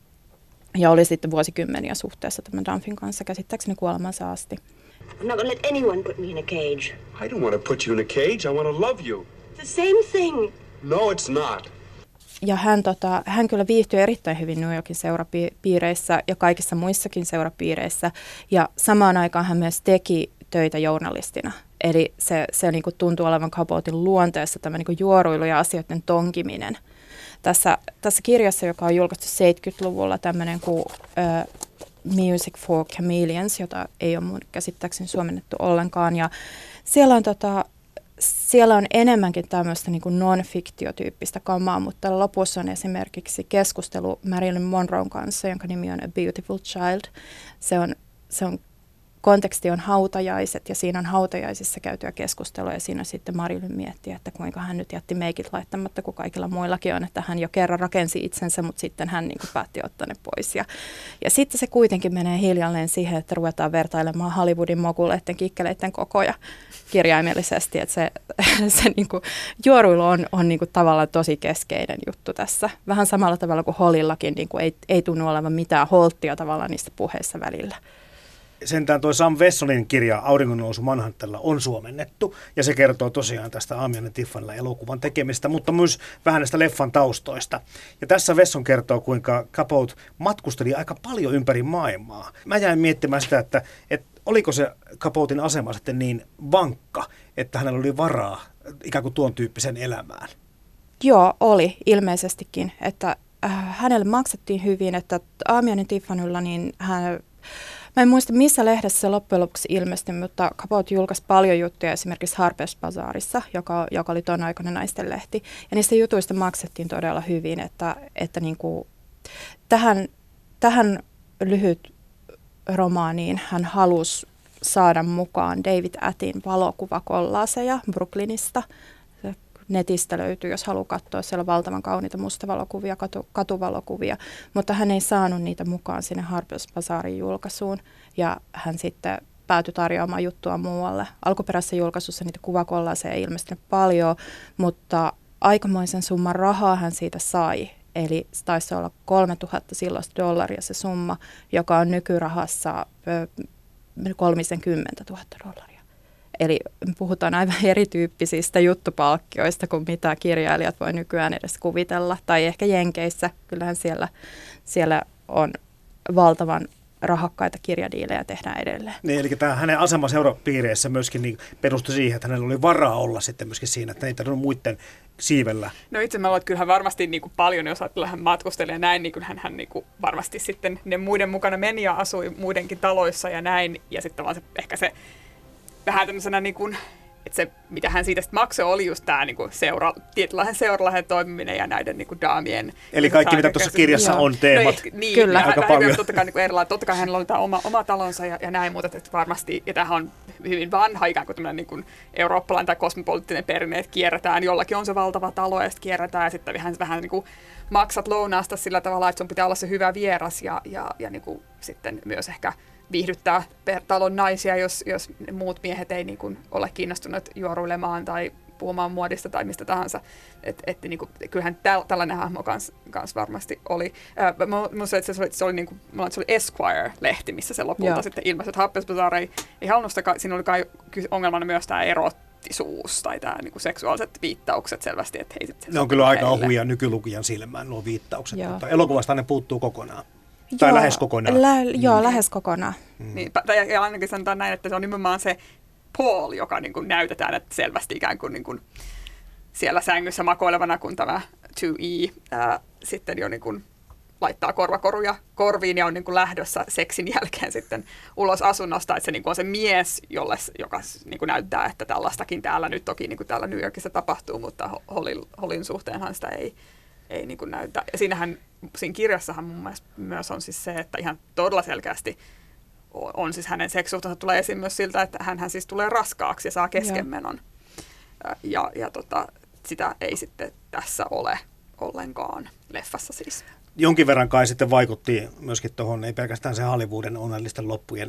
Ja oli sitten vuosikymmeniä suhteessa tämän Dunphin kanssa, käsittääkseni kuolemansa asti. I'm not gonna let anyone put me in a cage. I don't want to put you in a cage. I want to love you. It's the same thing. No, it's not. Ja hän, tota, hän kyllä viihtyi erittäin hyvin New Yorkin seurapiireissä ja kaikissa muissakin seurapiireissä. Ja samaan aikaan hän myös teki töitä journalistina. Eli se, se niin kuin tuntuu olevan Capoten luonteessa tämä niin kuin juoruilu ja asioiden tonkiminen. Tässä, tässä kirjassa, joka on julkaistu seitsemänkymmentäluvulla, tämmöinen kuin uh, Music for Chameleons, jota ei ole mun käsittääkseni suomennettu ollenkaan. Ja siellä on tota... Siellä on enemmänkin tämmöistä niin kuin non-fiktiotyyppistä kamaa, mutta lopussa on esimerkiksi keskustelu Marilyn Monroen kanssa, jonka nimi on A Beautiful Child. Se on, se on, konteksti on hautajaiset ja siinä on hautajaisissa käytyä keskustelua ja siinä sitten Marilyn miettii, että kuinka hän nyt jätti meikit laittamatta, kun kaikilla muillakin on, että hän jo kerran rakensi itsensä, mutta sitten hän niin kuin päätti ottaa ne pois. Ja, ja sitten se kuitenkin menee hiljalleen siihen, että ruvetaan vertailemaan Hollywoodin moguleiden kikkeleiden kokoja kirjaimellisesti, että se, se niin kuin juoruilu on, on niin kuin tavallaan tosi keskeinen juttu tässä. Vähän samalla tavalla kuin Hollillakin niin kuin ei, ei tunnu olevan mitään holttia tavallaan niistä puheissa välillä. Sentään tuo Sam Wessonin kirja Auringonnousu Manhattanilla on suomennettu, ja se kertoo tosiaan tästä Aamian ja Tiffanilla elokuvan tekemistä, mutta myös vähän näistä leffan taustoista. Ja tässä Wesson kertoo, kuinka Capote matkusteli aika paljon ympäri maailmaa. Mä jäin miettimään sitä, että, että oliko se Capoten asema sitten niin vankka, että hänellä oli varaa ikään kuin tuon tyyppisen elämään. Joo, oli ilmeisestikin, että äh, hänelle maksettiin hyvin, että Aamian ja Tiffanylla niin hän... Mä en muista, missä lehdessä se loppujen lopuksi ilmestyi, mutta Capote julkaisi paljon juttuja esimerkiksi Harper's Bazaarissa, joka, joka oli ton aikainen naisten lehti. Ja niistä jutuista maksettiin todella hyvin, että, että niin kuin tähän, tähän lyhyt romaaniin hän halusi saada mukaan David Attin valokuvakollaaseja Brooklynista. Netistä löytyy, jos haluaa katsoa, siellä on valtavan kauniita mustavalokuvia, katu, katuvalokuvia, mutta hän ei saanut niitä mukaan sinne Harper's Bazaarin julkaisuun ja hän sitten päätyi tarjoamaan juttua muualle. Alkuperäisessä julkaisussa niitä kuvakollaaseja ei ilmestynyt paljon, mutta aikamoisen summan rahaa hän siitä sai. Eli se taisi olla kolmetuhatta silloista dollaria se summa, joka on nykyrahassa kolmekymmentätuhatta dollaria. Eli puhutaan aivan erityyppisistä juttupalkkioista kuin mitä kirjailijat voi nykyään edes kuvitella. Tai ehkä Jenkeissä, kyllähän siellä, siellä on valtavan rahakkaita kirjadiilejä tehdään edelleen. Niin, eli tämä hänen asema seurapiireissä myöskin niin perustui siihen, että hänellä oli varaa olla sitten myöskin siinä, että ei tarvinnut muiden siivellä. No itse mä luulen, että kyllähän varmasti niin kuin paljon, jos ajattelee, hän matkusteli ja näin, niin kuin hän, hän niin kuin varmasti sitten ne muiden mukana meni ja asui muidenkin taloissa ja näin. Ja sitten vaan se, ehkä se vähän tämmöisenä, niin kuin, että se mitä hän siitä sitten maksoi oli just tämä niin kuin seura, tietynlainen seuralainen toimiminen ja näiden niin kuin daamien. Eli kaikki mitä tuossa kirjassa joo. on teemat. No, niin, kyllä. Aika paljon. paljon. Totta kai, niin kuin erilainen, totta kai hänellä oli tämä oma, oma talonsa ja, ja näin, mutta että varmasti, ja tämähän on hyvin vanha ikään kuin tämmöinen niin kuin eurooppalainen tai kosmopoliittinen perinne, että kierretään, jollakin on se valtava talo ja sitten kierretään ja sitten vähän, vähän niin kuin maksat lounaasta sillä tavalla, että sun pitää olla se hyvä vieras ja, ja, ja niin kuin sitten myös ehkä viihdyttää talon naisia, jos, jos muut miehet ei niin kuin ole kiinnostuneet juoruilemaan tai puhumaan muodista tai mistä tahansa. Et, et, niin kuin, kyllähän täl, tällainen hahmo kans, kans varmasti oli. Äh, Minusta se oli, se oli, niin kuin, se oli Esquire-lehti, missä se lopulta Joo. sitten ilmestyi. Harper's Bazaar ei, ei halunnut sitä, siinä oli kai ongelmana myös tämä erottisuus tai tämä niin kuin seksuaaliset viittaukset selvästi. Että hei, ne on kyllä aika ohuja nykylukijan silmään nuo viittaukset, Joo. mutta elokuvasta ne puuttuu kokonaan. Tai joo, lähes kokonaan. Lä, joo, mm. lähes kokonaan. Mm. Niin, tai ja ainakin sanotaan näin, että se on nimenomaan se Paul, joka niin kuin näytetään, että selvästi ikään kuin, niin kuin siellä sängyssä makoilevana, kun tämä two E ää, sitten jo niin kuin laittaa korvakoruja korviin ja on niin kuin lähdössä seksin jälkeen sitten ulos asunnosta, että se niin kuin on se mies, jolle, joka niin kuin näyttää, että tällaistakin täällä nyt toki niin kuin täällä New Yorkissa tapahtuu, mutta Hollin, Hollin suhteenhan sitä ei, ei niin kuin näytä. Ja siinähän, siinä kirjassahan mun mielestä myös on siis se, että ihan todella selkeästi on, on siis hänen seksisuhteensa tulee esiin myös siltä, että hän siis tulee raskaaksi ja saa keskenmenon. Ja, ja, ja tota, sitä ei sitten tässä ole ollenkaan leffassa siis. Jonkin verran kai sitten vaikutti myöskin tuohon, ei pelkästään se Hollywoodin onnellisten loppujen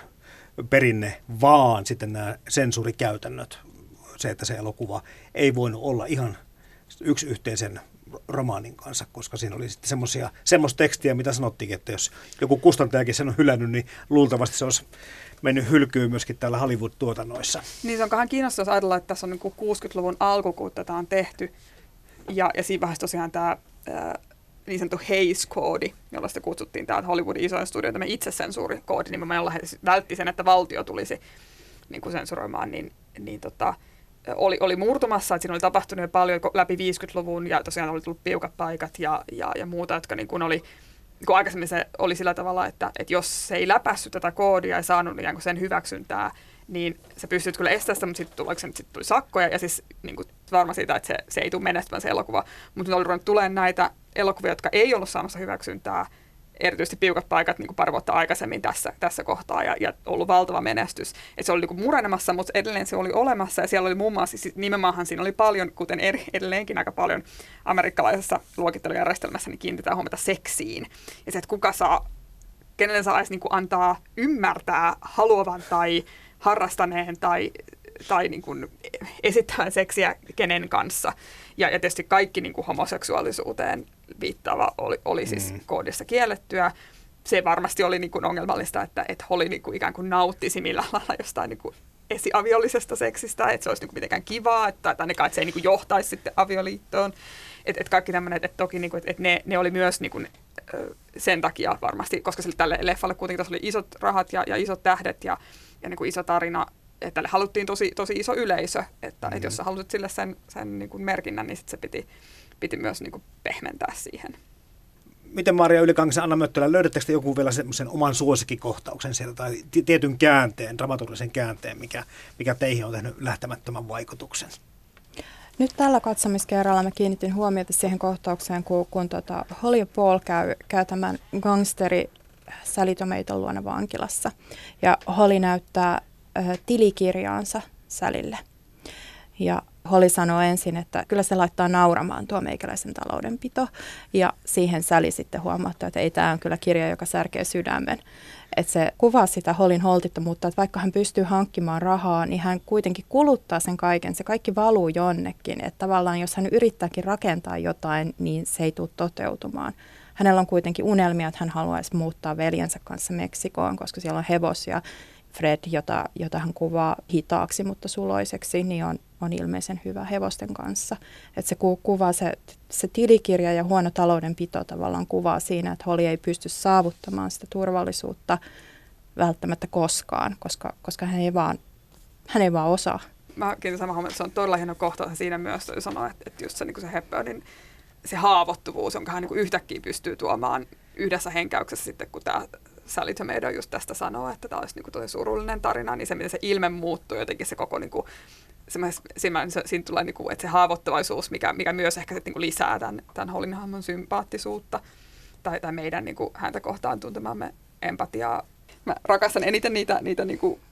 perinne, vaan sitten nämä sensuurikäytännöt. Se, että se elokuva ei voinut olla ihan yksi yhteisen romaanin kanssa, koska siinä oli sitten semmoisia, semmoista tekstiä, mitä sanottiin, että jos joku kustantajakin sen on hylännyt, niin luultavasti se olisi mennyt hylkyyn myöskin täällä Hollywood-tuotannoissa. Niin se on vähän kiinnostavaa, jos ajatellaan, että tässä on niin kuin kuusikymmentäluvun alku, kun tätä on tehty, ja, ja siinä vaiheessa tosiaan tämä ää, niin sanottu Hays-koodi, jolla sitä kutsuttiin tämä Hollywoodin isojen studioon, tämä itsesensuurikoodi, niin jolla he vältti sen, että valtio tulisi niin kuin sensuroimaan, niin, niin tota, oli, oli murtumassa, että siinä oli tapahtunut jo paljon läpi viisikymmentäluvun, ja tosiaan oli tullut piukat paikat ja, ja, ja muuta, jotka niin kuin oli, kun aikaisemmin se oli sillä tavalla, että, että jos se ei läpässyt tätä koodia ja saanut ikään kuin sen hyväksyntää, niin sä pystyt kyllä estämään sitä, mutta sitten tuli, sit tuli sakkoja, ja siis niin kuin, varma siitä, että se, se ei tule menestymään se elokuva. Mutta nyt oli ruvennut tulemaan näitä elokuvia, jotka ei ollut saamassa hyväksyntää, erityisesti piukat paikat niin kuin pari vuotta aikaisemmin tässä, tässä kohtaa, ja, ja ollut valtava menestys. Et se oli niin kuin murenemassa, mutta edelleen se oli olemassa, ja siellä oli muun muassa, siis nimenomaan siinä oli paljon, kuten edelleenkin aika paljon amerikkalaisessa luokittelujärjestelmässä, niin kiinnitetään huomiota seksiin. Ja se, että kuka saa, kenelle saa edes niin kuin antaa ymmärtää haluavan tai harrastaneen tai, tai niin kuin esittävän seksiä kenen kanssa. Ja, ja tietysti kaikki niin kuin homoseksuaalisuuteen viittaava oli, oli siis mm. koodissa kiellettyä. Se varmasti oli niin kuin ongelmallista, että, että Holly niin kuin ikään kuin nauttisi millään lailla jostain niin kuin esiaviollisesta seksistä, että se olisi niin kuin mitenkään kivaa, että, tai ainakaan, että se ei niin kuin johtaisi sitten avioliittoon. Että et kaikki tämmöinen, että et toki niin kuin, että et ne, ne oli myös niin kuin, sen takia varmasti, koska sille tälle leffalle kuitenkin tässä oli isot rahat ja, ja isot tähdet ja, ja niin kuin iso tarina, että tälle haluttiin tosi, tosi iso yleisö, että mm-hmm. et jos sä halusit sille sen, sen niin kuin merkinnän, niin sit se piti, piti myös niin kuin pehmentää siihen. Miten Maria Ylikangas ja Anna Möttölä, löydättekö te joku vielä semmoisen oman suosikkikohtauksen sieltä tai tietyn käänteen, dramaturgisen käänteen, mikä, mikä teihin on tehnyt lähtemättömän vaikutuksen? Nyt tällä katsomiskerralla mä kiinnitin huomiota siihen kohtaukseen, kun, kun tota Holly ja Paul käy, käy tämän gangsteri Sally Tomeiton luona vankilassa. Ja Holly näyttää äh, tilikirjaansa Sallylle. Ja Holly sanoo ensin, että kyllä se laittaa nauramaan tuo meikäläisen taloudenpito. Ja siihen Sally sitten huomauttaa, että ei, tämä on kyllä kirja, joka särkee sydämen. Että se kuvaa sitä Hollyn holtittomuutta, että vaikka hän pystyy hankkimaan rahaa, niin hän kuitenkin kuluttaa sen kaiken. Se kaikki valuu jonnekin. Että tavallaan jos hän yrittääkin rakentaa jotain, niin se ei tule toteutumaan. Hänellä on kuitenkin unelmia, että hän haluaisi muuttaa veljensä kanssa Meksikoon, koska siellä on hevosia. Fred, jota, jota hän kuvaa hitaaksi, mutta suloiseksi, niin on, on ilmeisen hyvä hevosten kanssa. Että se kuvaa, se, se tilikirja ja huono taloudenpito tavallaan kuvaa siinä, että Holly ei pysty saavuttamaan sitä turvallisuutta välttämättä koskaan, koska, koska hän, ei vaan, hän ei vaan osaa. Mä kiinnitän samaa huomioon, että se on todella hieno kohta siinä myös, että sanoa, että, että just se, niin se Hepburnin se haavoittuvuus, jonka hän niin yhtäkkiä pystyy tuomaan yhdessä henkäyksessä sitten, kun tämä Sally Tomato just tästä sanoo, että tämä olisi niin tosi surullinen tarina, niin se, miten se ilme muuttuu jotenkin se koko, niin kuin, se, siinä, siinä tulee, niin kuin, että se haavoittuvaisuus, mikä, mikä myös ehkä sitten, niin kuin lisää tämän, tämän Hollyn hahmon sympaattisuutta tai, tai meidän niin kuin, häntä kohtaan tuntemamme empatiaa. Mä rakastan eniten niitä, niitä niin kuin,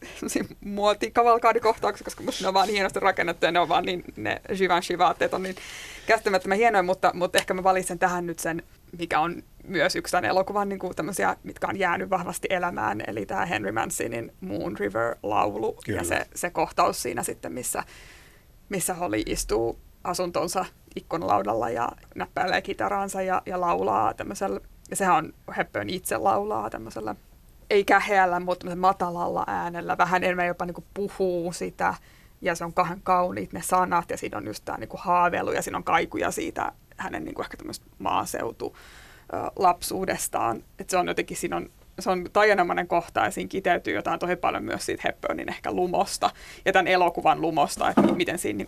muotikavalkaadikohtauksia, koska musta ne on vaan niin hienosti rakennettu ja ne on vaan niin, ne Givenchy-vaatteet on niin käsittämättömän hienoja, mutta, mutta ehkä mä valitsen tähän nyt sen, mikä on myös yksi tämän elokuvan niin kuin tämmöisiä, mitkä on jäänyt vahvasti elämään, eli tämä Henry Mancinin Moon River-laulu. Kyllä. Ja se, se kohtaus siinä sitten, missä, missä Holly istuu asuntonsa ikkunalaudalla ja näppäilee kitaraansa ja, ja laulaa tämmöisellä, ja sehän on Hepburn itse laulaa tämmöisellä, ei käheällä, mutta matalalla äänellä, vähän enemmän jopa niin kuin puhuu sitä, ja se on kahden kauniit ne sanat, ja siinä on just tämä niin kuin haaveilu, ja siinä on kaikuja siitä hänen niin kuin ehkä tämmöistä maaseutu lapsuudestaan, että se on jotenkin, siinä on, se on taianomainen kohta ja siinä kiteytyy jotain tosi paljon myös siitä Hepburnin ehkä lumosta ja tämän elokuvan lumosta, että miten siinä niin kuin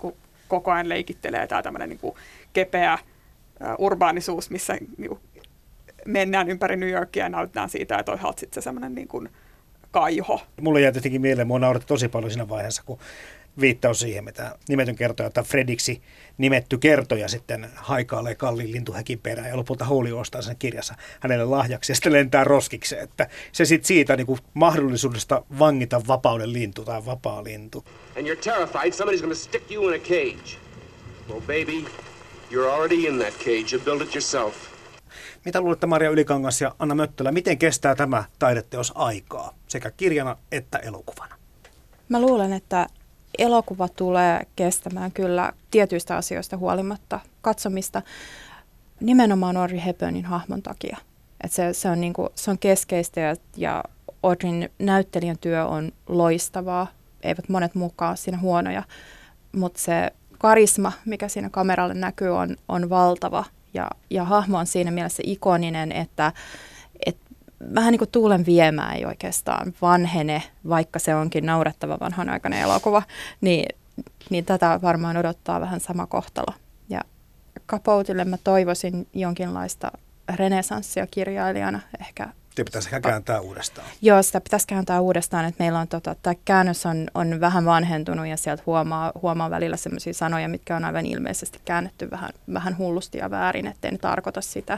koko ajan leikittelee tämä tämmöinen niin kuin kepeä urbaanisuus, missä niin kuin mennään ympäri New Yorkia ja näytetään siitä, ja toisaalta sitten se semmoinen niin kuin kaiho. Mulle jäi tietenkin mieleen, mua nauratti tosi paljon siinä vaiheessa, kun viittaus siihen, mitä nimetyn kertoja, että Frediksi nimetty kertoja sitten haikailee kalliin lintuhäkin perään ja lopulta Hawley ostaa sen kirjassa hänelle lahjaksi ja sitten lentää roskikseen. Että se sitten siitä niin kuin mahdollisuudesta vangita vapauden lintu tai vapaa lintu. And you're terrified somebody's going to stick you in a cage. Well, baby, you're already in that cage. You built it yourself. Mitä luulette, Maria Ylikangas ja Anna Möttölä, miten kestää tämä taideteos aikaa sekä kirjana että elokuvana? Mä luulen, että elokuva tulee kestämään kyllä tietyistä asioista huolimatta katsomista nimenomaan Audrey Hepburnin hahmon takia. Et se, se, on niinku, se on keskeistä ja, ja Audreyn näyttelijän työ on loistavaa. Eivät monet mukaan siinä huonoja, mutta se karisma, mikä siinä kameralle näkyy, on, on valtava. Ja, ja hahmo on siinä mielessä ikoninen, että et, vähän niin kuin Tuulen viemää ei oikeastaan vanhene, vaikka se onkin naurettava vanhanaikainen elokuva, niin, niin tätä varmaan odottaa vähän sama kohtalo. Ja Capotelle mä toivoisin jonkinlaista renesanssia kirjailijana ehkä. Se pitäisi ehkä kääntää uudestaan. Joo, sitä pitäisi kääntää uudestaan, että meillä on tota, tämä käännös on, on vähän vanhentunut ja sieltä huomaa, huomaa välillä sellaisia sanoja, mitkä on aivan ilmeisesti käännetty vähän, vähän hullusti ja väärin, ettei ne tarkoita sitä,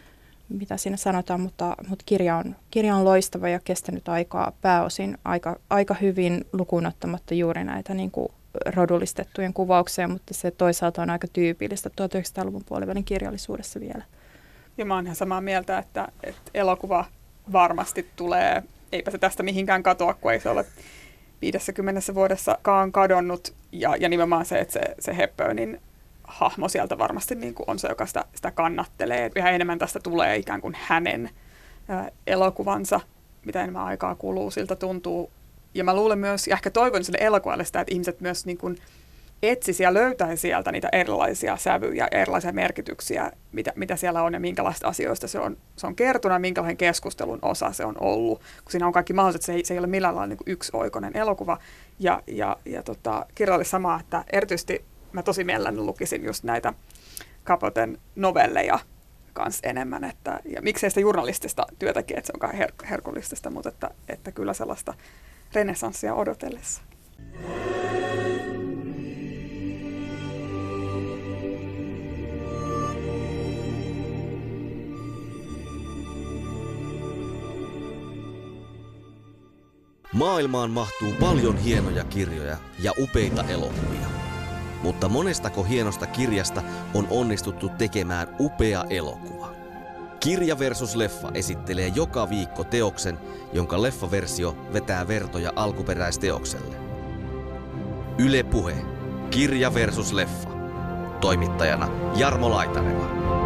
mitä siinä sanotaan, mutta, mutta kirja, on, kirja on loistava ja kestänyt aikaa pääosin aika, aika hyvin lukuun ottamatta juuri näitä niin kuin rodullistettujen kuvauksia, mutta se toisaalta on aika tyypillistä tuhatyhdeksänsataaluvun puolivälin kirjallisuudessa vielä. Ja mä oon ihan samaa mieltä, että, että elokuva varmasti tulee, eipä se tästä mihinkään katoa, kun ei se ole viidessäkymmenessä vuodessakaan kadonnut. Ja, ja nimenomaan se, että se, se Hepburnin hahmo sieltä varmasti niin kuin on se, joka sitä, sitä kannattelee. Yhä enemmän tästä tulee ikään kuin hänen ää, elokuvansa, mitä enemmän aikaa kuluu, siltä tuntuu. Ja mä luulen myös, ja ehkä toivon sille elokuvalle sitä, että ihmiset myös niin kuin etsisi ja löytäisi sieltä niitä erilaisia sävyjä ja erilaisia merkityksiä, mitä, mitä siellä on ja minkälaista asioista se on, se on kertonut ja minkälainen keskustelun osa se on ollut. Kun siinä on kaikki mahdolliset, se ei, se ei ole millään lailla niin kuin yksioikoinen elokuva. Ja, ja, ja tota, kirja oli sama, että erityisesti mä tosi mielelläni lukisin just näitä Capoten novelleja kans enemmän. Että, ja miksei sitä journalistista työtäkin, että se onkaan her- herkullistista, mutta että, että kyllä sellaista renesanssia odotellessa. Maailmaan mahtuu paljon hienoja kirjoja ja upeita elokuvia. Mutta monestako hienosta kirjasta on onnistuttu tekemään upea elokuva? Kirja versus leffa esittelee joka viikko teoksen, jonka leffaversio vetää vertoja alkuperäisteokselle. Yle Puhe. Kirja versus leffa. Toimittajana Jarmo Laitaneva.